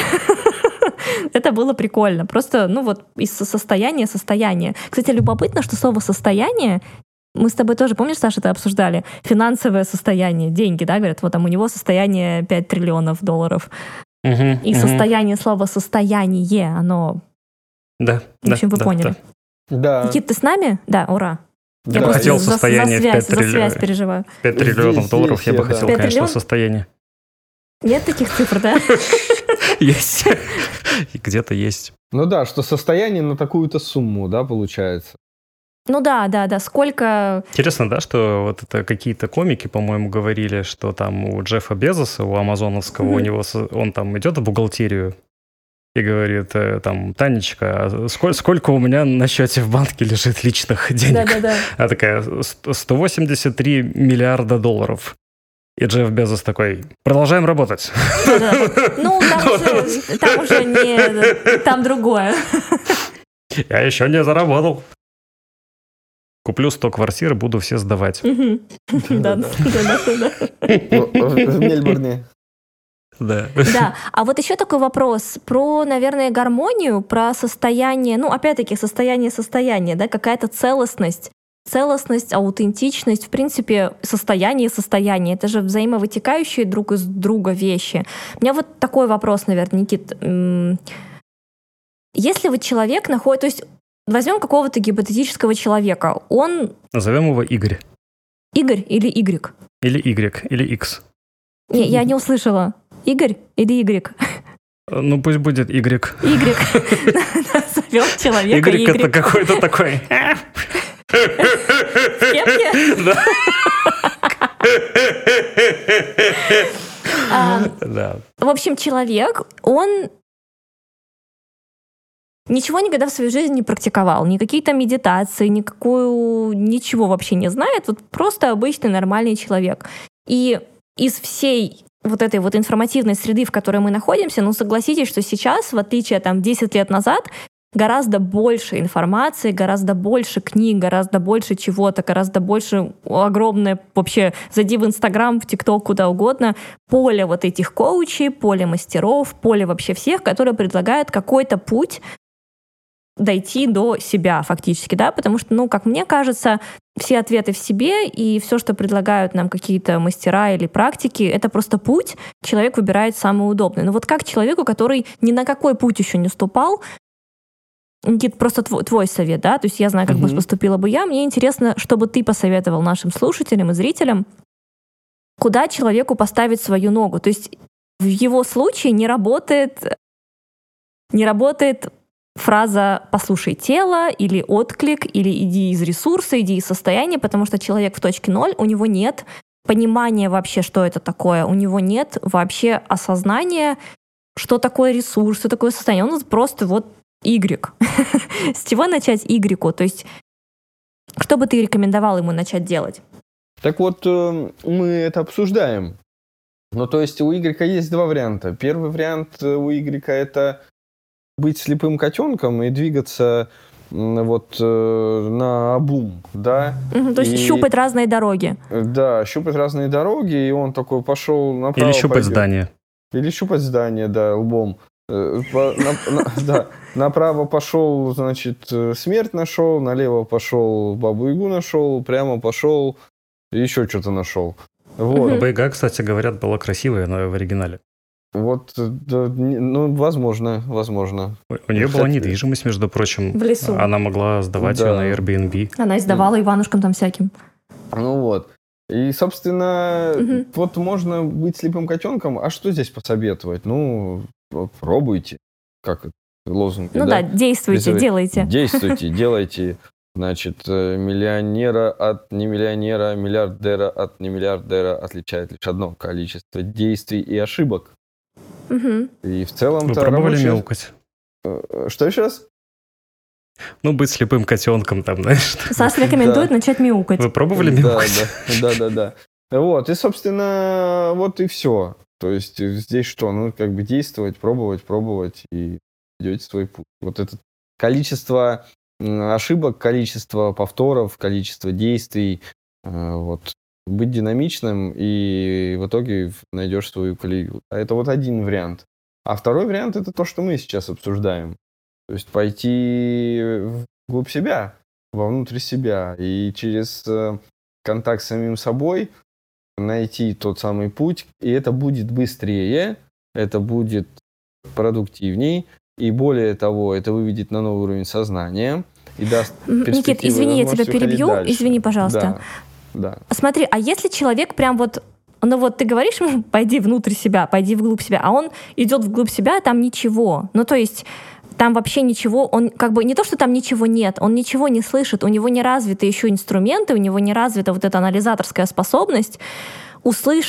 Это было прикольно. Просто, ну вот, из состояния состояния. Кстати, любопытно, что слово «состояние» мы с тобой тоже, помнишь, Саша, это обсуждали? Финансовое состояние, деньги, да, говорят, вот там у него состояние пять триллионов долларов. Uh-huh, и uh-huh. состояние, слово «состояние», оно... Да, В общем, да, вы да, поняли. Да. Никит, ты с нами? Да, ура. Я да, бы хотел за, состояние за связь, в пять, трилли... за связь переживаю. пять триллионов Здесь долларов, есть, я бы да. хотел, пять конечно, триллион? состояние. Нет таких цифр, да? Есть. Где-то есть. Ну да, что состояние на такую-то сумму, да, получается. Ну да, да, да. Сколько... Интересно, да, что вот это какие-то комики, по-моему, говорили, что там у Джеффа Безоса, у амазоновского, mm-hmm. у него он там идет в бухгалтерию, и говорит, там, Танечка, сколько, сколько у меня на счете в банке лежит личных денег? Да-да-да. А такая, сто восемьдесят три миллиарда долларов. И Джефф Безос такой, продолжаем работать. Да-да. Ну, там уже, там уже не... Там другое. Я еще не заработал. Куплю сто квартир и буду все сдавать. Да-да-да. В Мельбурне. Да. Да, а вот еще такой вопрос про, наверное, гармонию, про состояние, ну, опять-таки, состояние состояния, да, какая-то целостность, целостность, аутентичность, в принципе, состояние состояние, это же взаимовытекающие друг из друга вещи. У меня вот такой вопрос, наверное, Никит. Если вот человек находит, то есть возьмем какого-то гипотетического человека, он... Назовем его Игорь. Игорь или Игрек? Или Y, или X. Не, я не услышала. Игорь или Игрек? Ну, пусть будет Y. Игрек. Назовем человека Y это какой-то такой... В кепке? Да. В общем, человек, он ничего никогда в своей жизни не практиковал, ни какие-то медитации, никакую, ничего вообще не знает, вот просто обычный нормальный человек. И из всей вот этой вот информативной среды, в которой мы находимся, ну, согласитесь, что сейчас, в отличие там десять лет назад, гораздо больше информации, гораздо больше книг, гораздо больше чего-то, гораздо больше огромное вообще, зайди в Инстаграм, в ТикТок, куда угодно, поле вот этих коучей, поле мастеров, поле вообще всех, которые предлагают какой-то путь дойти до себя фактически, да, потому что, ну, как мне кажется, все ответы в себе и все, что предлагают нам какие-то мастера или практики, это просто путь, человек выбирает самый удобный. Но вот как человеку, который ни на какой путь еще не ступал, Никит, просто твой, твой совет, да, то есть я знаю, как бы поступила бы я, мне интересно, чтобы ты посоветовал нашим слушателям и зрителям, куда человеку поставить свою ногу. То есть в его случае не работает, не работает фраза «послушай тело» или «отклик», или «иди из ресурса», «иди из состояния», потому что человек в точке ноль, у него нет понимания вообще, что это такое, у него нет вообще осознания, что такое ресурс, что такое состояние. Он просто вот Y. С чего начать Y? То есть что бы ты рекомендовал ему начать делать? Так вот, мы это обсуждаем. Ну, то есть у Y есть два варианта. Первый вариант у Y — это быть слепым котенком и двигаться вот на обум, да. Угу, то есть и, щупать разные дороги. Да, щупать разные дороги, и он такой пошел направо. Или щупать пойдет. здание. Или щупать здание, да, лбом. По, на, на, да, направо пошел, значит, смерть нашел, налево пошел, Бабу-Ягу нашел, прямо пошел, еще что-то нашел. Вот. Баба-Яга, кстати, говорят, была красивая в оригинале. Вот, да, ну, возможно, возможно. У нее была недвижимость, между прочим. В лесу. Она могла сдавать да. ее на Airbnb. Она издавала Иванушкам там всяким. Ну вот. И, собственно, угу. вот можно быть слепым котенком. А что здесь посоветовать? Ну, пробуйте. Как это? Лозунг. Ну да, да действуйте, Призывайте. делайте. Действуйте, делайте. Значит, миллионера от не миллионера, миллиардера от не миллиардера отличает лишь одно количество действий и ошибок. Угу. И в целом-то... Вы пробовали рабочая... мяукать? Что еще раз? Ну, быть слепым котенком там, знаешь. Саша рекомендует да. начать мяукать. Вы пробовали мяукать? Да, да, да, да. Вот, и, собственно, вот и все. То есть здесь что? Ну, как бы действовать, пробовать, пробовать, и идете свой путь. Вот это количество ошибок, количество повторов, количество действий, вот, быть динамичным, и в итоге найдешь свою колею. Это вот один вариант. А второй вариант — это то, что мы сейчас обсуждаем. То есть пойти вглубь себя, вовнутрь себя, и через контакт с самим собой найти тот самый путь, и это будет быстрее, это будет продуктивней, и более того, это выведет на новый уровень сознания и даст перспективу. Никит, извини, я тебя перебью, извини, пожалуйста. Да, да. Смотри, а если человек прям вот, ну вот ты говоришь ему, пойди внутрь себя, пойди вглубь себя, а он идет вглубь себя, а там ничего. Ну то есть там вообще ничего, он как бы не то, что там ничего нет, он ничего не слышит, у него не развиты еще инструменты, у него не развита вот эта анализаторская способность услышать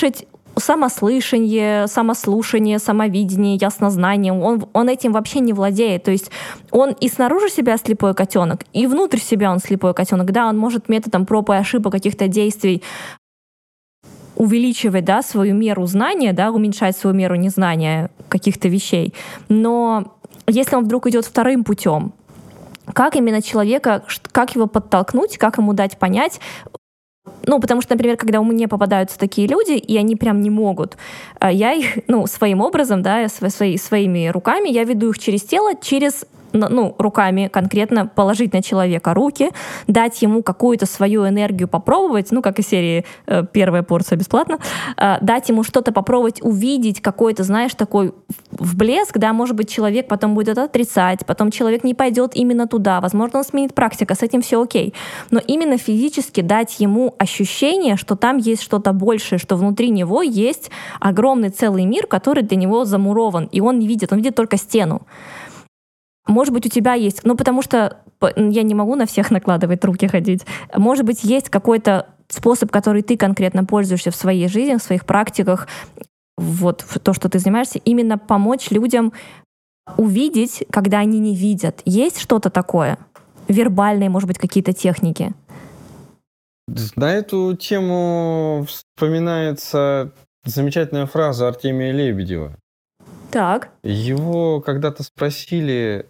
самослышание, самослушание, самовидение, яснознание. Он, он этим вообще не владеет. То есть он и снаружи себя слепой котенок, и внутрь себя он слепой котенок. Да, он может методом проб и ошибок каких-то действий увеличивать, да, свою меру знания, да, уменьшать свою меру незнания каких-то вещей. Но если он вдруг идет вторым путем, как именно человека, как его подтолкнуть, как ему дать понять. Ну, потому что, например, когда мне попадаются такие люди, и они прям не могут, я их, ну, своим образом, да, свои, своими руками, я веду их через тело, через, ну, руками конкретно положить на человека руки, дать ему какую-то свою энергию попробовать, ну, как из серии «Первая порция бесплатно», дать ему что-то попробовать увидеть, какой-то, знаешь, такой вблеск, да, может быть, человек потом будет это отрицать, потом человек не пойдет именно туда, возможно, он сменит практику, с этим все окей. Но именно физически дать ему ощущение, что там есть что-то большее, что внутри него есть огромный целый мир, который для него замурован, и он не видит, он видит только стену. Может быть, у тебя есть, ну, потому что я не могу на всех накладывать руки ходить. Может быть, есть какой-то способ, который ты конкретно пользуешься в своей жизни, в своих практиках, вот в то, что ты занимаешься, именно помочь людям увидеть, когда они не видят. Есть что-то такое? Вербальные, может быть, какие-то техники? На эту тему вспоминается замечательная фраза Артемия Лебедева. Так. Его когда-то спросили: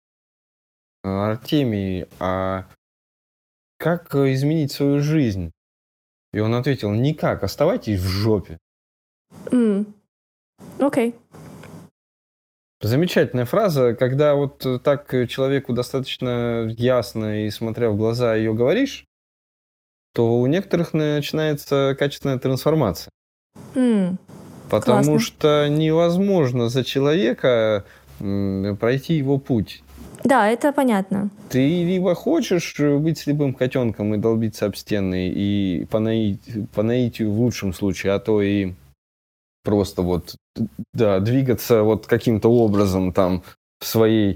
Артемий, а как изменить свою жизнь? И он ответил: никак, оставайтесь в жопе. Mm. Окей. Замечательная фраза, когда вот так человеку достаточно ясно и смотря в глаза ее говоришь, то у некоторых начинается качественная трансформация. Mm. Потому Классно. что невозможно за человека пройти его путь. Да, это понятно. Ты либо хочешь быть слепым котенком и долбиться об стены, и по, наи... по наитию в лучшем случае, а то и просто вот, да, двигаться вот каким-то образом там в своей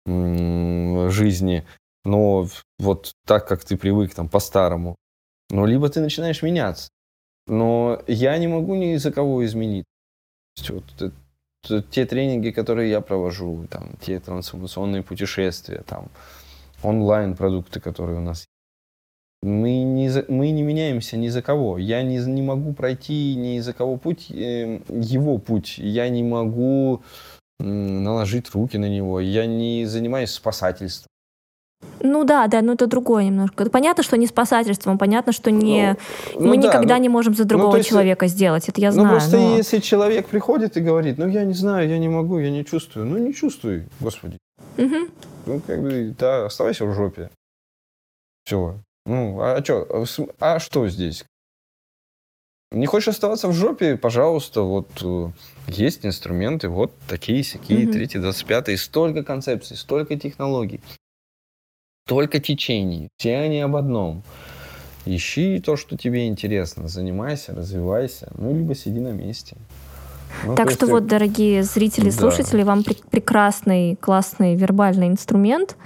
м- жизни, но вот так, как ты привык, там, по-старому. Но либо ты начинаешь меняться. Но я не могу ни за кого изменить. Вот, это, те тренинги, которые я провожу, там, те трансформационные путешествия, там, онлайн-продукты, которые у нас есть. Мы не, за, мы не меняемся ни за кого. Я не, не могу пройти ни за кого путь, э, его путь. Я не могу э, наложить руки на него. Я не занимаюсь спасательством. Ну да, да, но это другое немножко. Понятно, что не спасательством, понятно, что не, ну, мы ну, никогда да, не можем за другого ну, есть, человека сделать, это я ну, знаю. Просто но... если человек приходит и говорит: ну я не знаю, я не могу, я не чувствую. Ну не чувствуй, Господи. Угу. Ну как бы, да, оставайся в жопе. Все. Ну, а что, а что здесь? Не хочешь оставаться в жопе? Пожалуйста, вот есть инструменты, вот такие, сякие, mm-hmm. третий, двадцать пятый, столько концепций, столько технологий, столько течений, все они об одном. Ищи то, что тебе интересно, занимайся, развивайся, ну, либо сиди на месте. Ну, так что есть... вот, дорогие зрители, да. слушатели, вам пр- прекрасный, классный вербальный инструмент.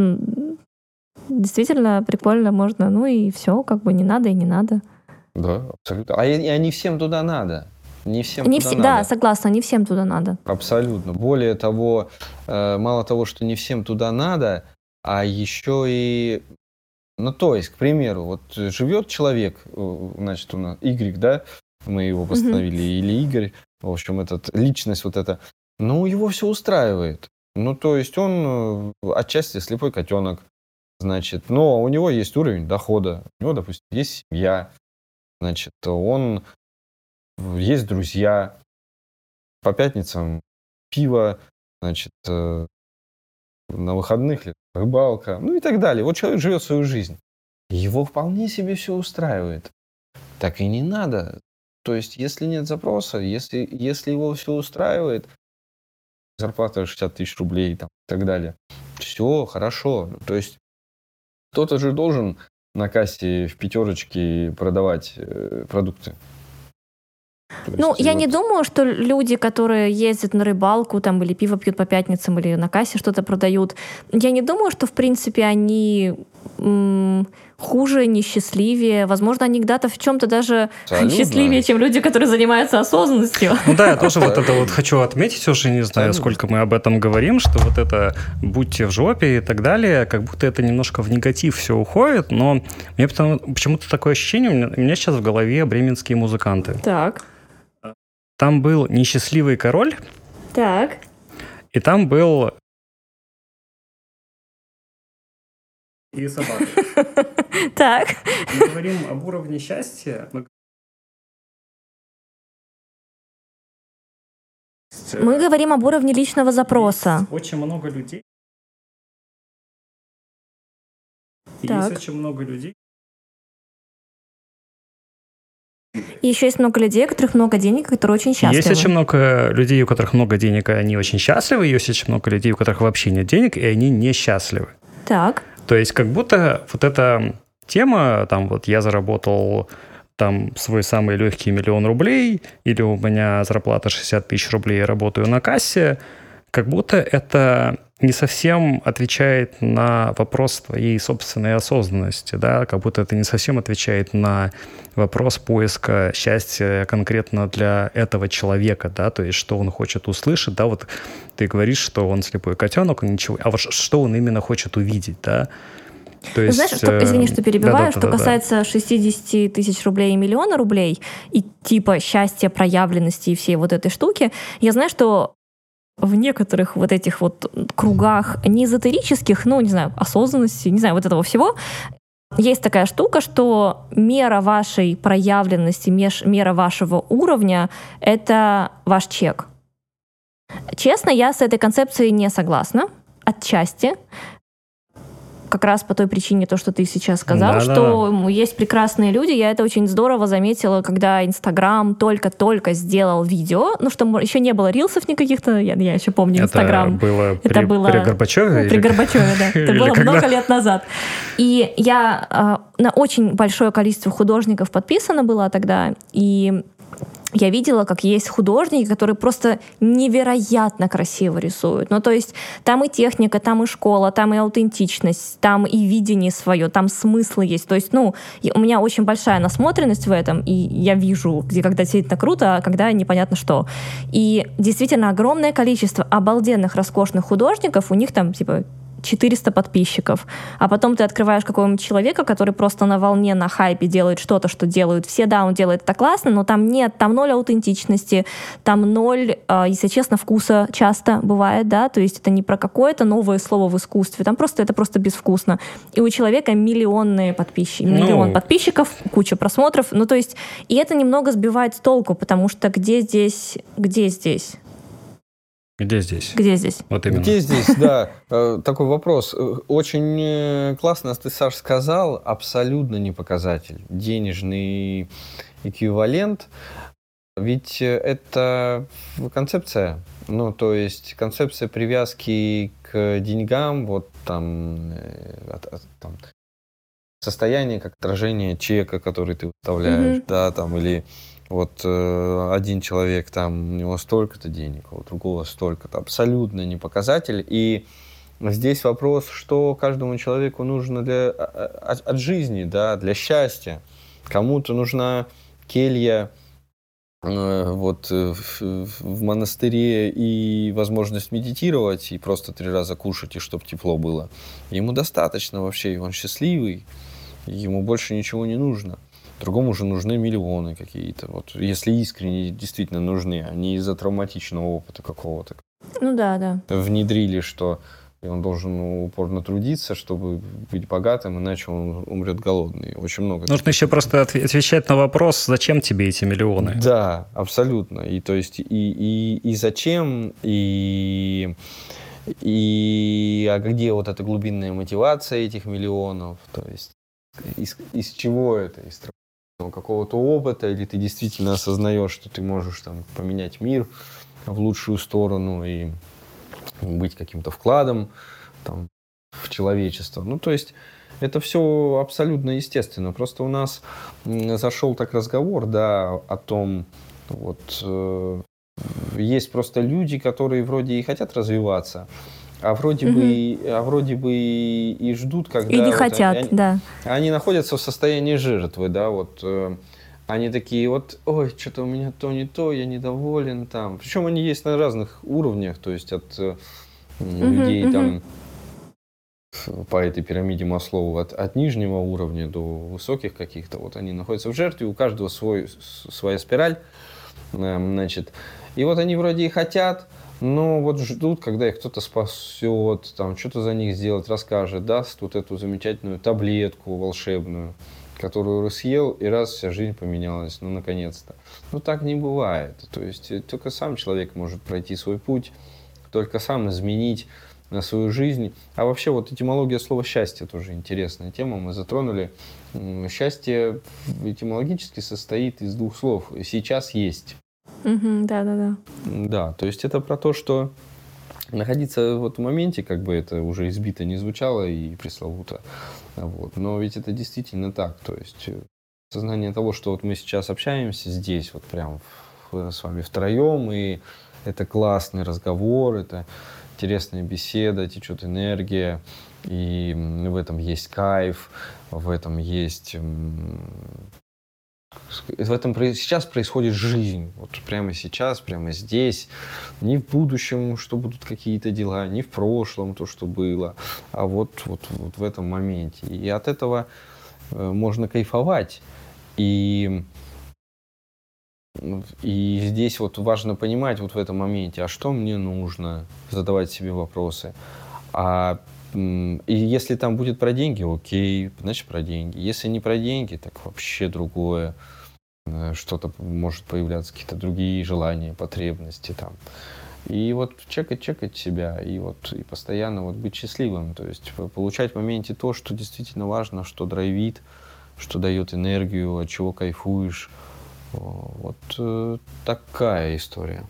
Действительно прикольно, можно, ну и все, как бы не надо и не надо. Да, абсолютно. А, и, а не всем туда надо. Не всем не туда вс... надо. Да, согласна, не всем туда надо. Абсолютно. Более того, мало того, что не всем туда надо, а еще и... Ну, то есть, к примеру, вот живет человек, значит, у нас Y, да, мы его восстановили, mm-hmm. или Игорь, в общем, этот, личность вот эта, ну, его все устраивает. Ну, то есть, он отчасти слепой котенок, значит, но у него есть уровень дохода, у него, допустим, есть семья, значит, он, есть друзья, по пятницам пиво, значит, на выходных рыбалка, ну и так далее. Вот человек живет свою жизнь. Его вполне себе все устраивает. Так и не надо. То есть, если нет запроса, если, если его все устраивает, зарплата шестьдесят тысяч рублей там, и так далее, все хорошо. То есть, кто-то же должен на кассе в пятерочке продавать э, продукты. Ну, я вот... не думаю, что люди, которые ездят на рыбалку там, или пиво пьют по пятницам, или на кассе что-то продают, я не думаю, что, в принципе, они м- хуже, несчастливее. Возможно, они когда-то в чем-то даже Абсолютно. счастливее, чем люди, которые занимаются осознанностью. Ну да, я тоже вот это вот хочу отметить, уже не знаю, сколько мы об этом говорим, что вот это «будьте в жопе» и так далее, как будто это немножко в негатив все уходит, но мне потому, почему-то такое ощущение, у меня, у меня сейчас в голове бременские музыканты. Так. Там был «Несчастливый король», Так. и там был и собака. Так. Мы говорим об уровне счастья. Мы... Мы говорим об уровне личного запроса. Есть очень много людей. Так. Есть очень много людей. И еще есть много людей, у которых много денег, которые очень счастливы. Есть очень много людей, у которых много денег, и они очень счастливы. Есть очень много людей, у которых вообще нет денег, и они несчастливы. Так. То есть как будто вот эта тема, там вот я заработал там свой самый легкий миллион рублей, или у меня зарплата шестьдесят тысяч рублей, я работаю на кассе, как будто это не совсем отвечает на вопрос твоей собственной осознанности, да, как будто это не совсем отвечает на вопрос поиска счастья конкретно для этого человека, да, то есть что он хочет услышать, да, вот ты говоришь, что он слепой котенок, он ничего, а вот что он именно хочет увидеть, да. То есть, Знаешь, что, извини, что перебиваю, да, да, что да, касается да. шестьдесят тысяч рублей и миллиона рублей и типа счастья, проявленности и всей вот этой штуки, я знаю, что в некоторых вот этих вот кругах не эзотерических, ну, не знаю, осознанности, не знаю, вот этого всего, есть такая штука, что мера вашей проявленности, мера вашего уровня — это ваш чек. Честно, я с этой концепцией не согласна, отчасти. Как раз по той причине, то, что ты сейчас сказал, да, что да. есть прекрасные люди. Я это очень здорово заметила, когда Инстаграм только-только сделал видео. Ну, что еще не было рилсов никаких-то. Я, я еще помню Инстаграм. Это было это при, было при Горбачеве? Ну, при Горбачеве, да. Это было когда? много лет назад. И я э, на очень большое количество художников подписана была тогда. И я видела, как есть художники, которые просто невероятно красиво рисуют. Ну, то есть там и техника, там и школа, там и аутентичность, там и видение свое, там смыслы есть. То есть, ну, у меня очень большая насмотренность в этом, и я вижу, где когда действительно круто, а когда непонятно что. И действительно огромное количество обалденных, роскошных художников, у них там, типа, четыреста подписчиков, а потом ты открываешь какого-нибудь человека, который просто на волне, на хайпе делает что-то, что делают все, да, он делает это классно, но там нет, там ноль аутентичности, там ноль, если честно, вкуса часто бывает, да, то есть это не про какое-то новое слово в искусстве, там просто это просто безвкусно. И у человека миллионные подписчики, миллион ну... подписчиков, куча просмотров, ну то есть, и это немного сбивает с толку, потому что где здесь, где здесь? Где здесь? Где здесь? Вот именно. Где здесь, да. Такой вопрос. Очень классно ты, Саш, сказал. Абсолютно не показатель. Денежный эквивалент. Ведь это концепция. Ну, то есть концепция привязки к деньгам, вот там, там состояние как отражение чека, который ты выставляешь, mm-hmm. да, там, или вот э, один человек, там, у него столько-то денег, а у другого столько-то. Абсолютно не показатель. И здесь вопрос, что каждому человеку нужно для, от, от жизни, да, для счастья. Кому-то нужна келья э, вот, э, в, в монастыре и возможность медитировать, и просто три раза кушать, и чтобы тепло было. Ему достаточно вообще, и он счастливый, ему больше ничего не нужно. Другому же нужны миллионы какие-то, вот, если искренне действительно нужны, а не из-за травматичного опыта какого-то. Ну да, да. Внедрили, что он должен упорно трудиться, чтобы быть богатым, иначе он умрет голодный. Очень много. Нужно еще просто отвечать на вопрос, зачем тебе эти миллионы. Да, абсолютно. И то есть и, и, и зачем, и, и а где вот эта глубинная мотивация этих миллионов, то есть из, из чего это, из какого-то опыта, или ты действительно осознаешь, что ты можешь там поменять мир в лучшую сторону и быть каким-то вкладом там, в человечество. Ну, то есть это все абсолютно естественно. Просто у нас зашел так разговор, да, о том, вот, э, есть просто люди, которые вроде и хотят развиваться, а вроде Мгм. бы, а вроде бы и, и ждут, когда И не вот хотят, они, да. они находятся в состоянии жертвы, да, вот э, они такие вот, ой, что-то у меня то не то, я недоволен там. Причем они есть на разных уровнях, то есть от э, м, Мгм, людей мгм. там по этой пирамиде Маслоу от, от нижнего уровня до высоких каких-то, вот они находятся в жертве, у каждого свой, с- своя спираль, эм, значит, и вот они вроде и хотят, но вот ждут, когда их кто-то спасет, там что-то за них сделать, расскажет, даст вот эту замечательную таблетку волшебную, которую съел, и раз вся жизнь поменялась, ну, наконец-то. Ну, так не бывает. То есть, э, только сам человек может пройти свой путь, только сам изменить на свою жизнь. А вообще, вот этимология слова «счастье» тоже интересная тема, мы затронули. М, Счастье этимологически состоит из двух слов «сейчас есть». Мгм, да-да-да. Да, то есть это про то, что находиться вот в моменте, как бы это уже избито не звучало и пресловуто, вот, но ведь это действительно так, то есть э, сознание того, что вот мы сейчас общаемся здесь, вот прям в- с вами втроем, и это классный разговор, это интересная беседа, течет энергия, и м, в этом есть кайф, в этом есть м, в этом проис- сейчас происходит жизнь. Вот прямо сейчас, прямо здесь. Не в будущем, что будут какие-то дела, не в прошлом то, что было, а вот, вот, вот в этом моменте. И от этого э, можно кайфовать. И, м, и здесь вот важно понимать вот в этом моменте, а что мне нужно, задавать себе вопросы. А м, и если там будет про деньги, окей, значит про деньги. Если не про деньги, так вообще другое. Э, что-то может появляться, какие-то другие желания, потребности там. И вот чекать, чекать себя, и вот и постоянно вот быть счастливым, то есть п- получать в моменте то, что действительно важно, что драйвит, что дает энергию, от чего кайфуешь. О, Вот э, такая история.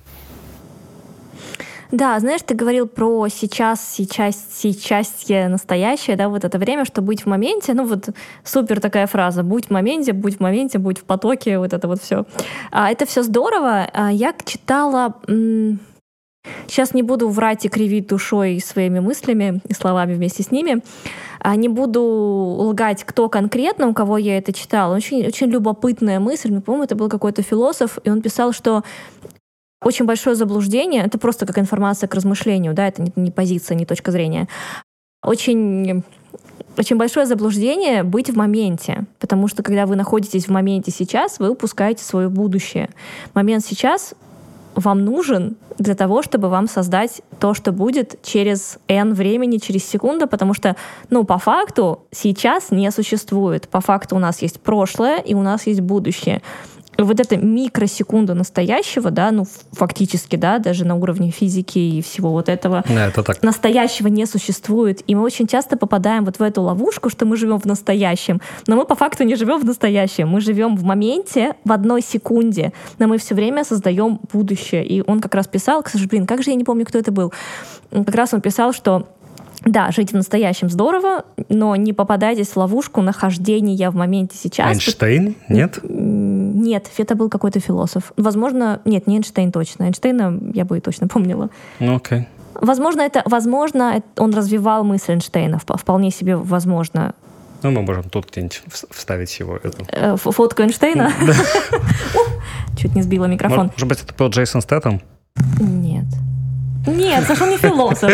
Да, знаешь, ты говорил про сейчас, сейчас, сейчасье, настоящее, да, вот это время, что быть в моменте, ну вот супер такая фраза, будь в моменте, будь в моменте, будь в потоке, вот это вот все. А, это все здорово. А, я читала, м, сейчас не буду врать и кривить душой своими мыслями и словами вместе с ними, а, не буду лгать, кто конкретно, у кого я это читала. Очень, очень любопытная мысль, ну, по-моему, это был какой-то философ, и он писал, что очень большое заблуждение, это просто как информация к размышлению, да, это не, не позиция, не точка зрения. Очень, очень большое заблуждение быть в моменте, потому что когда вы находитесь в моменте сейчас, вы упускаете свое будущее. Момент сейчас вам нужен для того, чтобы вам создать то, что будет через N времени, через секунду, потому что, ну, по факту сейчас не существует. По факту у нас есть прошлое и у нас есть будущее. Вот эта микросекунда настоящего, да, ну, фактически, да, даже на уровне физики и всего вот этого, Да, это так. настоящего не существует. И мы очень часто попадаем вот в эту ловушку, что мы живем в настоящем. Но мы по факту не живем в настоящем. Мы живем в моменте, в одной секунде. Но мы все время создаем будущее. И он как раз писал, к сожалению, как же я не помню, кто это был. Как раз он писал, что да, жить в настоящем здорово, но не попадайтесь в ловушку нахождения в моменте сейчас. Эйнштейн? Нет? Нет, это был какой-то философ. Возможно, нет, не Эйнштейн точно. Эйнштейна я бы и точно помнила. Ну, окей. Возможно, это, возможно, он развивал мысль Эйнштейна, вполне себе возможно. Ну, мы можем тут где-нибудь вставить его. Эту. Э, Фотку Эйнштейна? Чуть не сбила микрофон. Может быть, это был Джейсон Стэттем? Нет. Нет, Саша не философ.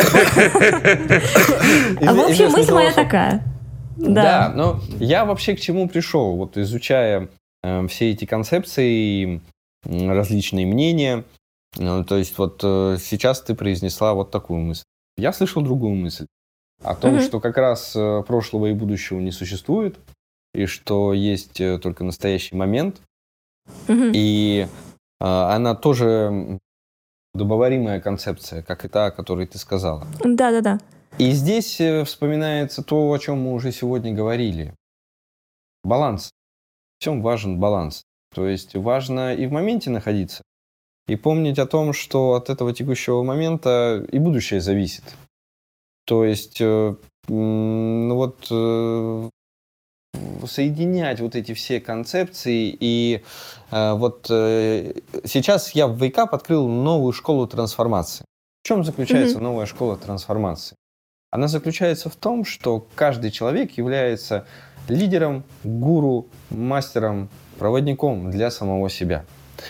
В общем, мысль моя такая. Да, но я вообще к чему пришел, вот изучая э, все эти концепции, м, различные мнения. Ну, то есть вот э, сейчас ты произнесла вот такую мысль. Я слышал другую мысль о том, Мгм. что как раз э, прошлого и будущего не существует, и что есть э, только настоящий момент. Мгм. И э, она тоже м, удобоваримая концепция, как и та, о которой ты сказала. Да-да-да. И здесь э, вспоминается то, о чем мы уже сегодня говорили. Баланс. В чем важен баланс? То есть важно и в моменте находиться, и помнить о том, что от этого текущего момента и будущее зависит. То есть э, м, ну вот э, соединять вот эти все концепции. И э, вот э, сейчас я в Wake Up открыл новую школу трансформации. В чем заключается mm-hmm. новая школа трансформации? Она заключается в том, что каждый человек является лидером, гуру, мастером, проводником для самого себя.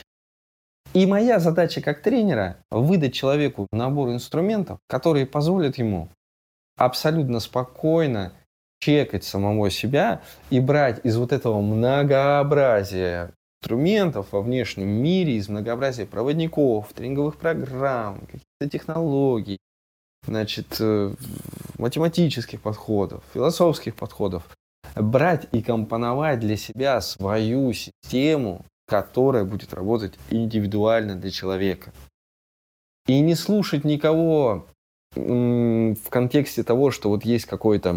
И моя задача как тренера – выдать человеку набор инструментов, которые позволят ему абсолютно спокойно чекать самого себя и брать из вот этого многообразия инструментов во внешнем мире, из многообразия проводников, тренинговых программ, каких-то технологий, значит, математических подходов, философских подходов, брать и компоновать для себя свою систему, которая будет работать индивидуально для человека. И не слушать никого м- в контексте того, что вот есть какой-то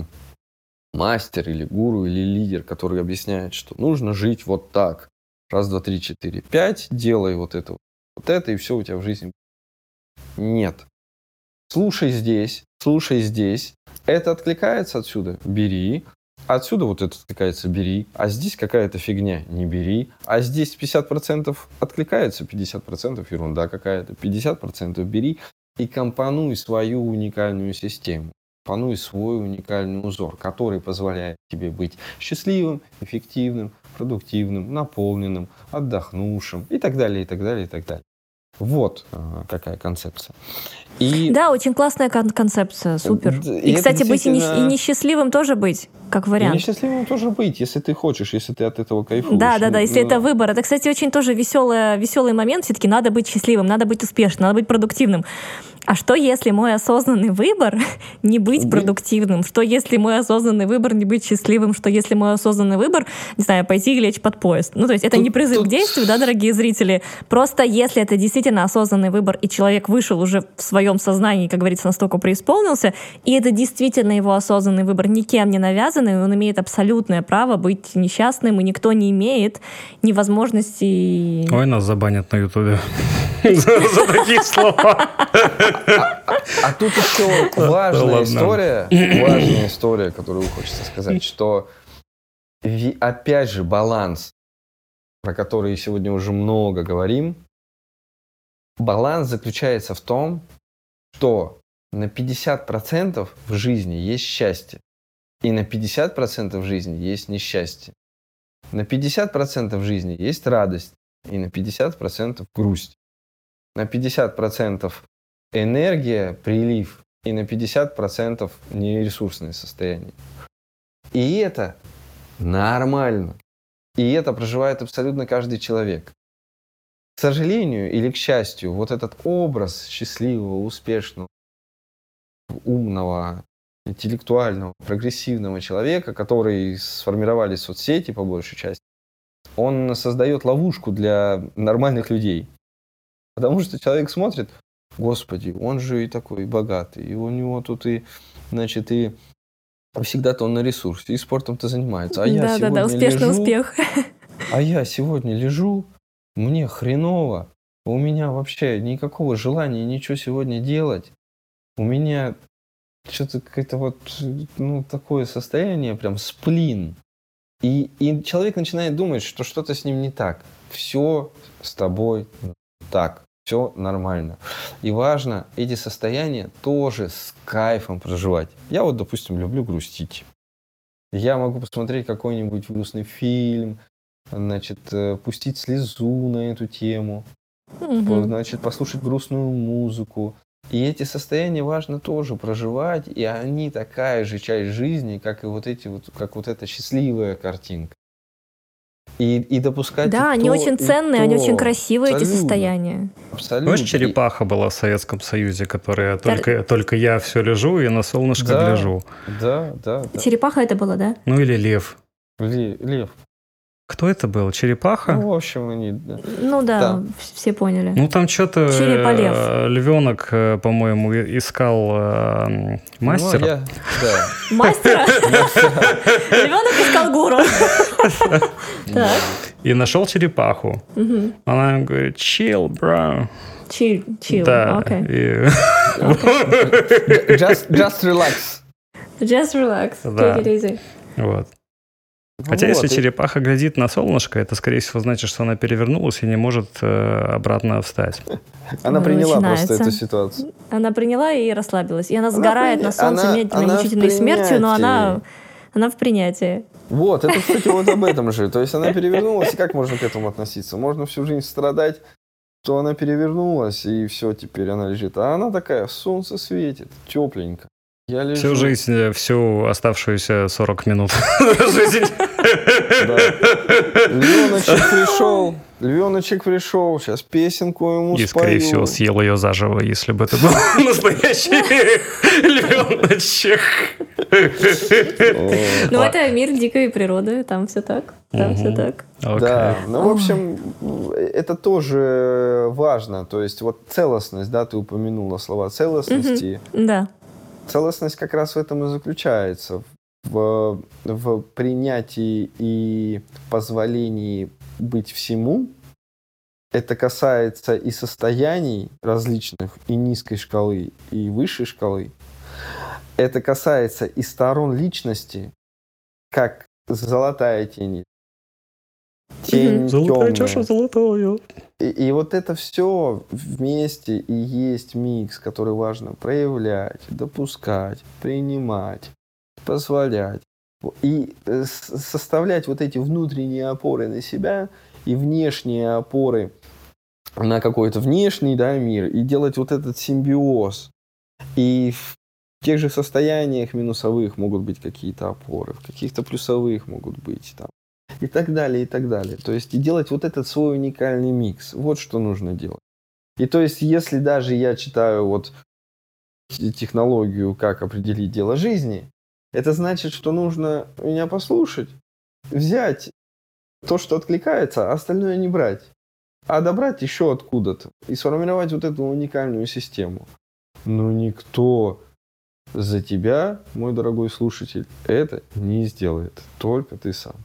мастер или гуру или лидер, который объясняет, что нужно жить вот так. Раз, два, три, четыре, пять, делай вот это, вот это, и все у тебя в жизни. Нет. Слушай здесь, слушай здесь. Это откликается отсюда? Бери. Отсюда вот это откликается, бери. А здесь какая-то фигня, не бери. А здесь пятьдесят процентов откликается, пятьдесят процентов ерунда какая-то, пятьдесят процентов бери и компонуй свою уникальную систему. Компонуй свой уникальный узор, который позволяет тебе быть счастливым, эффективным, продуктивным, наполненным, отдохнувшим и так далее, и так далее, и так далее. Вот а, какая концепция. И... Да, очень классная кон- концепция, супер. И, и кстати, быть и, не, и несчастливым тоже быть, как вариант. И несчастливым тоже быть, если ты хочешь, если ты от этого кайфуешь. Да, да, да, если Но... это выбор. Это, кстати, очень тоже веселый, веселый момент. Все-таки надо быть счастливым, надо быть успешным, надо быть продуктивным. А что, если мой осознанный выбор не быть быть... продуктивным? Что, если мой осознанный выбор не быть счастливым? Что, если мой осознанный выбор, не знаю, пойти и лечь под поезд? Ну, то есть это тут, не призыв тут... к действию, да, дорогие зрители? Просто если это действительно осознанный выбор, и человек вышел уже в своем сознании, как говорится, настолько преисполнился, и это действительно его осознанный выбор, никем не навязанный, он имеет абсолютное право быть несчастным, и никто не имеет ни возможности... Ой, нас забанят на Ютубе за такие слова. А тут еще важная история, важная история, которую хочется сказать, что опять же баланс, про который сегодня уже много говорим, баланс заключается в том, что на пятьдесят процентов в жизни есть счастье, и на пятьдесят процентов в жизни есть несчастье. На пятьдесят процентов в жизни есть радость, и на пятьдесят процентов грусть. На пятьдесят процентов энергия, прилив, и на пятьдесят процентов нересурсное состояние. И это нормально. И это проживает абсолютно каждый человек. К сожалению или к счастью, вот этот образ счастливого, успешного, умного, интеллектуального, прогрессивного человека, который сформировали соцсети по большей части, он создает ловушку для нормальных людей. Потому что человек смотрит, господи, он же и такой богатый, и у него тут и, значит, и всегда-то он на ресурсе, и спортом-то занимается. А я да, сегодня да, да, успешный лежу, успех. А я сегодня лежу, мне хреново, у меня вообще никакого желания ничего сегодня делать. У меня что-то какое-то вот, ну, такое состояние, прям сплин. И, и человек начинает думать, что что-то с ним не так. Все с тобой так. Все нормально. И важно эти состояния тоже с кайфом проживать. Я вот, допустим, люблю грустить. Я могу посмотреть какой-нибудь грустный фильм, значит, пустить слезу на эту тему, mm-hmm. значит, послушать грустную музыку. И эти состояния важно тоже проживать, и они такая же часть жизни, как и вот эти вот, как вот эта счастливая картинка. И, и допускать Да, и они то, очень ценные, они очень красивые, абсолютно, эти состояния. Абсолютно. Знаешь, черепаха была в Советском Союзе, которая Тор... только, только я все лежу и на солнышко да, гляжу. Да, да, да. Черепаха это было, да? Ну или лев. Лев. лев. Кто это был? Черепаха? Ну, в общем, они... Да. Ну да, да, все поняли. Ну там что-то Череполев. Львенок, по-моему, искал э, мастера. Ну, я... да. Мастера? Львенок искал гуру. И нашел черепаху. Она говорит, chill, bro. Chill, chill, да. окей. Just relax. Just relax, take it easy. Вот. Хотя Вот, если и- черепаха глядит на солнышко, это, скорее всего, значит, что она перевернулась и не может э, обратно встать. Она Ой, приняла начинается. просто эту ситуацию. Она приняла и расслабилась. И она Она сгорает приня- на солнце она- медленной она в мучительной смертью, но она, принятии. она в принятии. Вот, это, кстати, вот об этом же. То есть она перевернулась, и как можно к этому относиться? Можно всю жизнь страдать, то она перевернулась, и все, теперь она лежит. А она такая, солнце светит, тепленько. Я лежу. Всю жизнь, э, всю оставшуюся сорок минут жизнь. Львеночек пришел, львеночек пришел, сейчас песенку ему И, спою. скорее всего, съел ее заживо, если бы это был настоящий львеночек. Вот. Ну, это мир дикой природы, там все так. Там все Мгм. так. Да, Окей. ну, в общем, это тоже важно. То есть, вот целостность, да, ты упомянула слова целостности. Да. Целостность как раз в этом и заключается. В, в принятии и позволении быть всему. Это касается и состояний различных, и низкой шкалы, и высшей шкалы. Это касается и сторон личности, как золотая тень, тень Золотая чаша темная. золотая. И, и вот это все вместе и есть микс, который важно проявлять, допускать, принимать, позволять. И э, с- составлять вот эти внутренние опоры на себя и внешние опоры на какой-то внешний, да, мир, и делать вот этот симбиоз. И в тех же состояниях минусовых могут быть какие-то опоры, в каких-то плюсовых могут быть там. И так далее, и так далее. То есть и делать вот этот свой уникальный микс. Вот что нужно делать. И то есть, если даже я читаю вот технологию, как определить дело жизни, это значит, что нужно меня послушать, взять то, что откликается, а остальное не брать, а добрать еще откуда-то и сформировать вот эту уникальную систему. Но никто за тебя, мой дорогой слушатель, это не сделает. Только ты сам.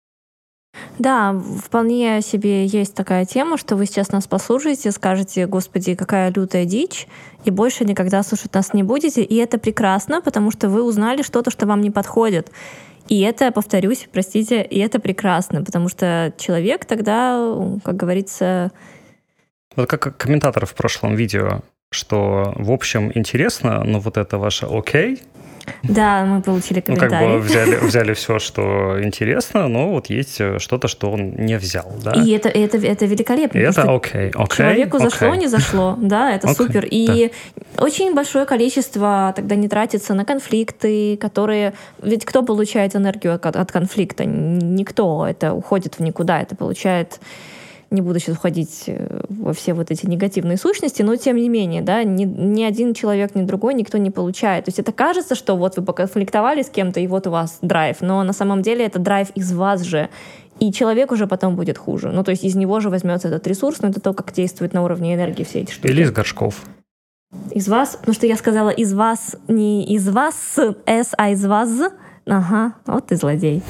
Да, вполне себе есть такая тема, что вы сейчас нас послушаете, скажете: «Господи, какая лютая дичь», и больше никогда слушать нас не будете. И это прекрасно, потому что вы узнали что-то, что вам не подходит. И это, повторюсь, простите, и это прекрасно, потому что человек тогда, как говорится... Вот как комментатор в прошлом видео, что, в общем, интересно, но вот это ваше «окей», Да, мы получили ну, как комментарий. бы взяли, взяли все, что интересно, но вот есть что-то, что он не взял, да? И это, это, это великолепно. И потому это что окей, окей, человеку окей. зашло, не зашло, да, это Окей, супер. И очень большое количество тогда не тратится на конфликты, которые... Ведь кто получает энергию от, от конфликта? Никто. Это уходит в никуда. Это получает... Не буду сейчас входить во все вот эти негативные сущности, но тем не менее, да, ни, ни один человек, ни другой никто не получает. То есть это кажется, что вот вы поконфликтовали с кем-то, и вот у вас драйв, но на самом деле это драйв из вас же, и человек уже потом будет хуже. Ну, то есть из него же возьмется этот ресурс, но это то, как действует на уровне энергии все эти штуки. Или из горшков. Из вас, потому что я сказала из вас, не из вас, с, а из вас. Ага, вот ты злодей.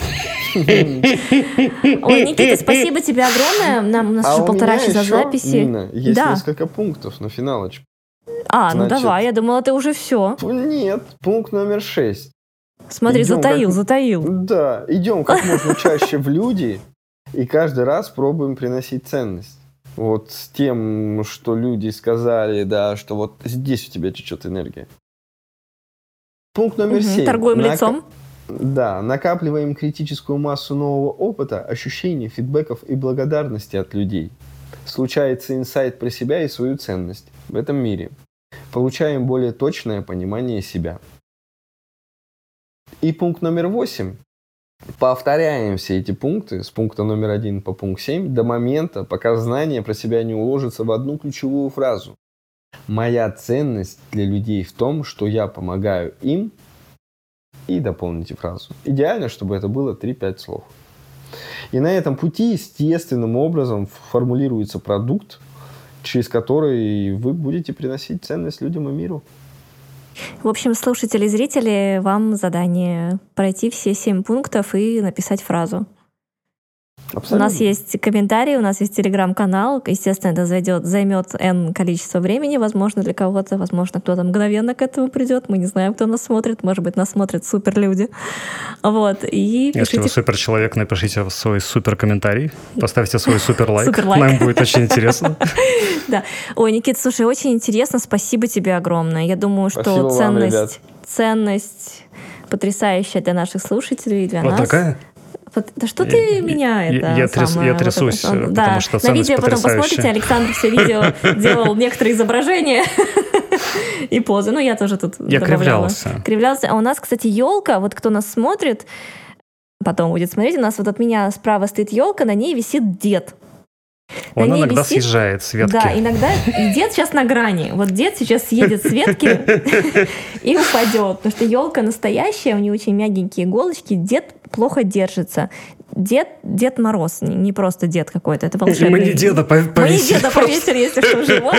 Ой, Никита, спасибо тебе огромное. Нам, у нас А уже у полтора меня часа еще, записи. Нина, есть Да. несколько пунктов на финалочку. А, ну Значит- давай, я думала, ты уже все. Нет, пункт номер шесть. Смотри, Идем затаил, как- затаил. Да, идем как можно чаще в люди и каждый раз пробуем приносить ценность. Вот с тем, что люди сказали, да, что вот здесь у тебя течет энергия. Пункт номер Мгм, семь. торгуем Нака- лицом. Да, накапливаем критическую массу нового опыта, ощущений, фидбэков и благодарности от людей. Случается инсайт про себя и свою ценность в этом мире. Получаем более точное понимание себя. И пункт номер восемь. Повторяем все эти пункты с пункта номер один по пункт семь до момента, пока знание про себя не уложится в одну ключевую фразу. Моя ценность для людей в том, что я помогаю им. И дополните фразу. Идеально, чтобы это было три-пять слов. И на этом пути естественным образом формулируется продукт, через который вы будете приносить ценность людям и миру. В общем, слушатели и зрители, вам задание пройти все семь пунктов и написать фразу. Абсолютно. У нас есть комментарии, у нас есть телеграм-канал. Естественно, это зайдет, займет N количество времени, возможно, для кого-то, возможно, кто-то мгновенно к этому придет. Мы не знаем, кто нас смотрит. Может быть, нас смотрят суперлюди. Вот. И Если пишите... вы суперчеловек, напишите свой супер-комментарий, поставьте свой супер-лайк. Супер-лайк. Нам будет очень интересно. Да. Ой, Никит, слушай, очень интересно. Спасибо тебе огромное. Я думаю, что ценность, ценность потрясающая для наших слушателей, для нас. Вот такая? Да что ты меня я, это я, тряс, самое, я трясусь, вот это, потому да, что на видео потом потрясающая. Посмотрите, Александр все видео делал некоторые изображения и позы. Ну, я тоже тут Я добавляла. кривлялся. Кривлялся. А у нас, кстати, елка, вот кто нас смотрит, потом будет смотреть, у нас вот от меня справа стоит елка, на ней висит дед. Он на иногда висит... съезжает с ветки. Да, иногда и дед сейчас на грани. Вот дед сейчас съедет с ветки и упадет. Потому что елка настоящая, у нее очень мягенькие иголочки, дед плохо держится. Дед, Дед Мороз, не, не просто дед какой-то, это волшебный. Мы не деда повесили. Мы не деда повесили, если что, живот.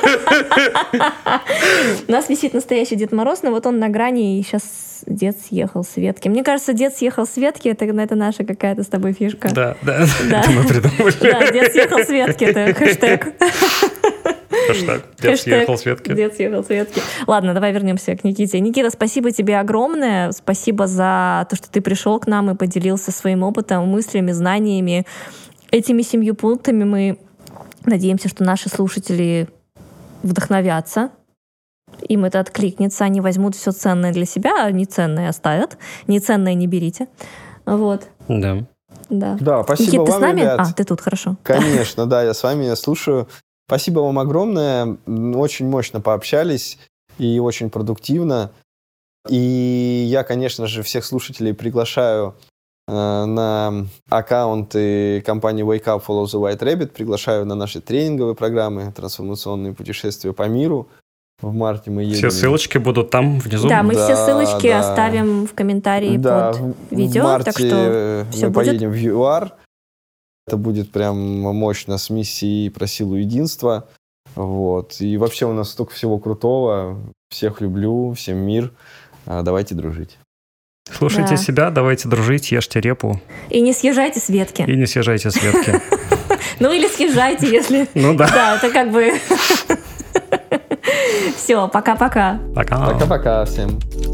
У нас висит настоящий Дед Мороз, но вот он на грани, и сейчас дед съехал с ветки. Мне кажется, дед съехал с ветки, это, это наша какая-то с тобой фишка. Да, да, это мы придумали. Да, дед съехал с ветки, это хэштег. Хэштег. Дед съехал с ветки. Дед съехал с ветки. Ладно, давай вернемся к Никите. Никита, спасибо тебе огромное. Спасибо за то, что ты пришел к нам и поделился своим опытом, мыслями, знаниями. Этими семью пунктами мы надеемся, что наши слушатели вдохновятся. Им это откликнется. Они возьмут все ценное для себя, а неценное оставят. Неценное не берите. Вот. Да. Да, да спасибо Никит, вам, ты с нами? ребят. А, ты тут, хорошо. Конечно, да, я с вами, я слушаю. Спасибо вам огромное. Очень мощно пообщались и очень продуктивно. И я, конечно же, всех слушателей приглашаю э, на аккаунты компании Wake Up Follow the White Rabbit. Приглашаю на наши тренинговые программы, трансформационные путешествия по миру. В марте мы едем. Все ссылочки будут там внизу. Да, мы да, все ссылочки да. оставим в комментарии да, под в, видео. В марте так что все мы будет. поедем в ЮАР. Это будет прям мощно с миссией про силу единства. Вот. И вообще у нас столько всего крутого. Всех люблю, всем мир. Давайте дружить. Слушайте Да. себя, давайте дружить, ешьте репу. И не съезжайте с ветки. И не съезжайте с ветки. Ну или съезжайте, если... Ну да. Да, это как бы... Все, пока-пока. Пока. Пока-пока всем.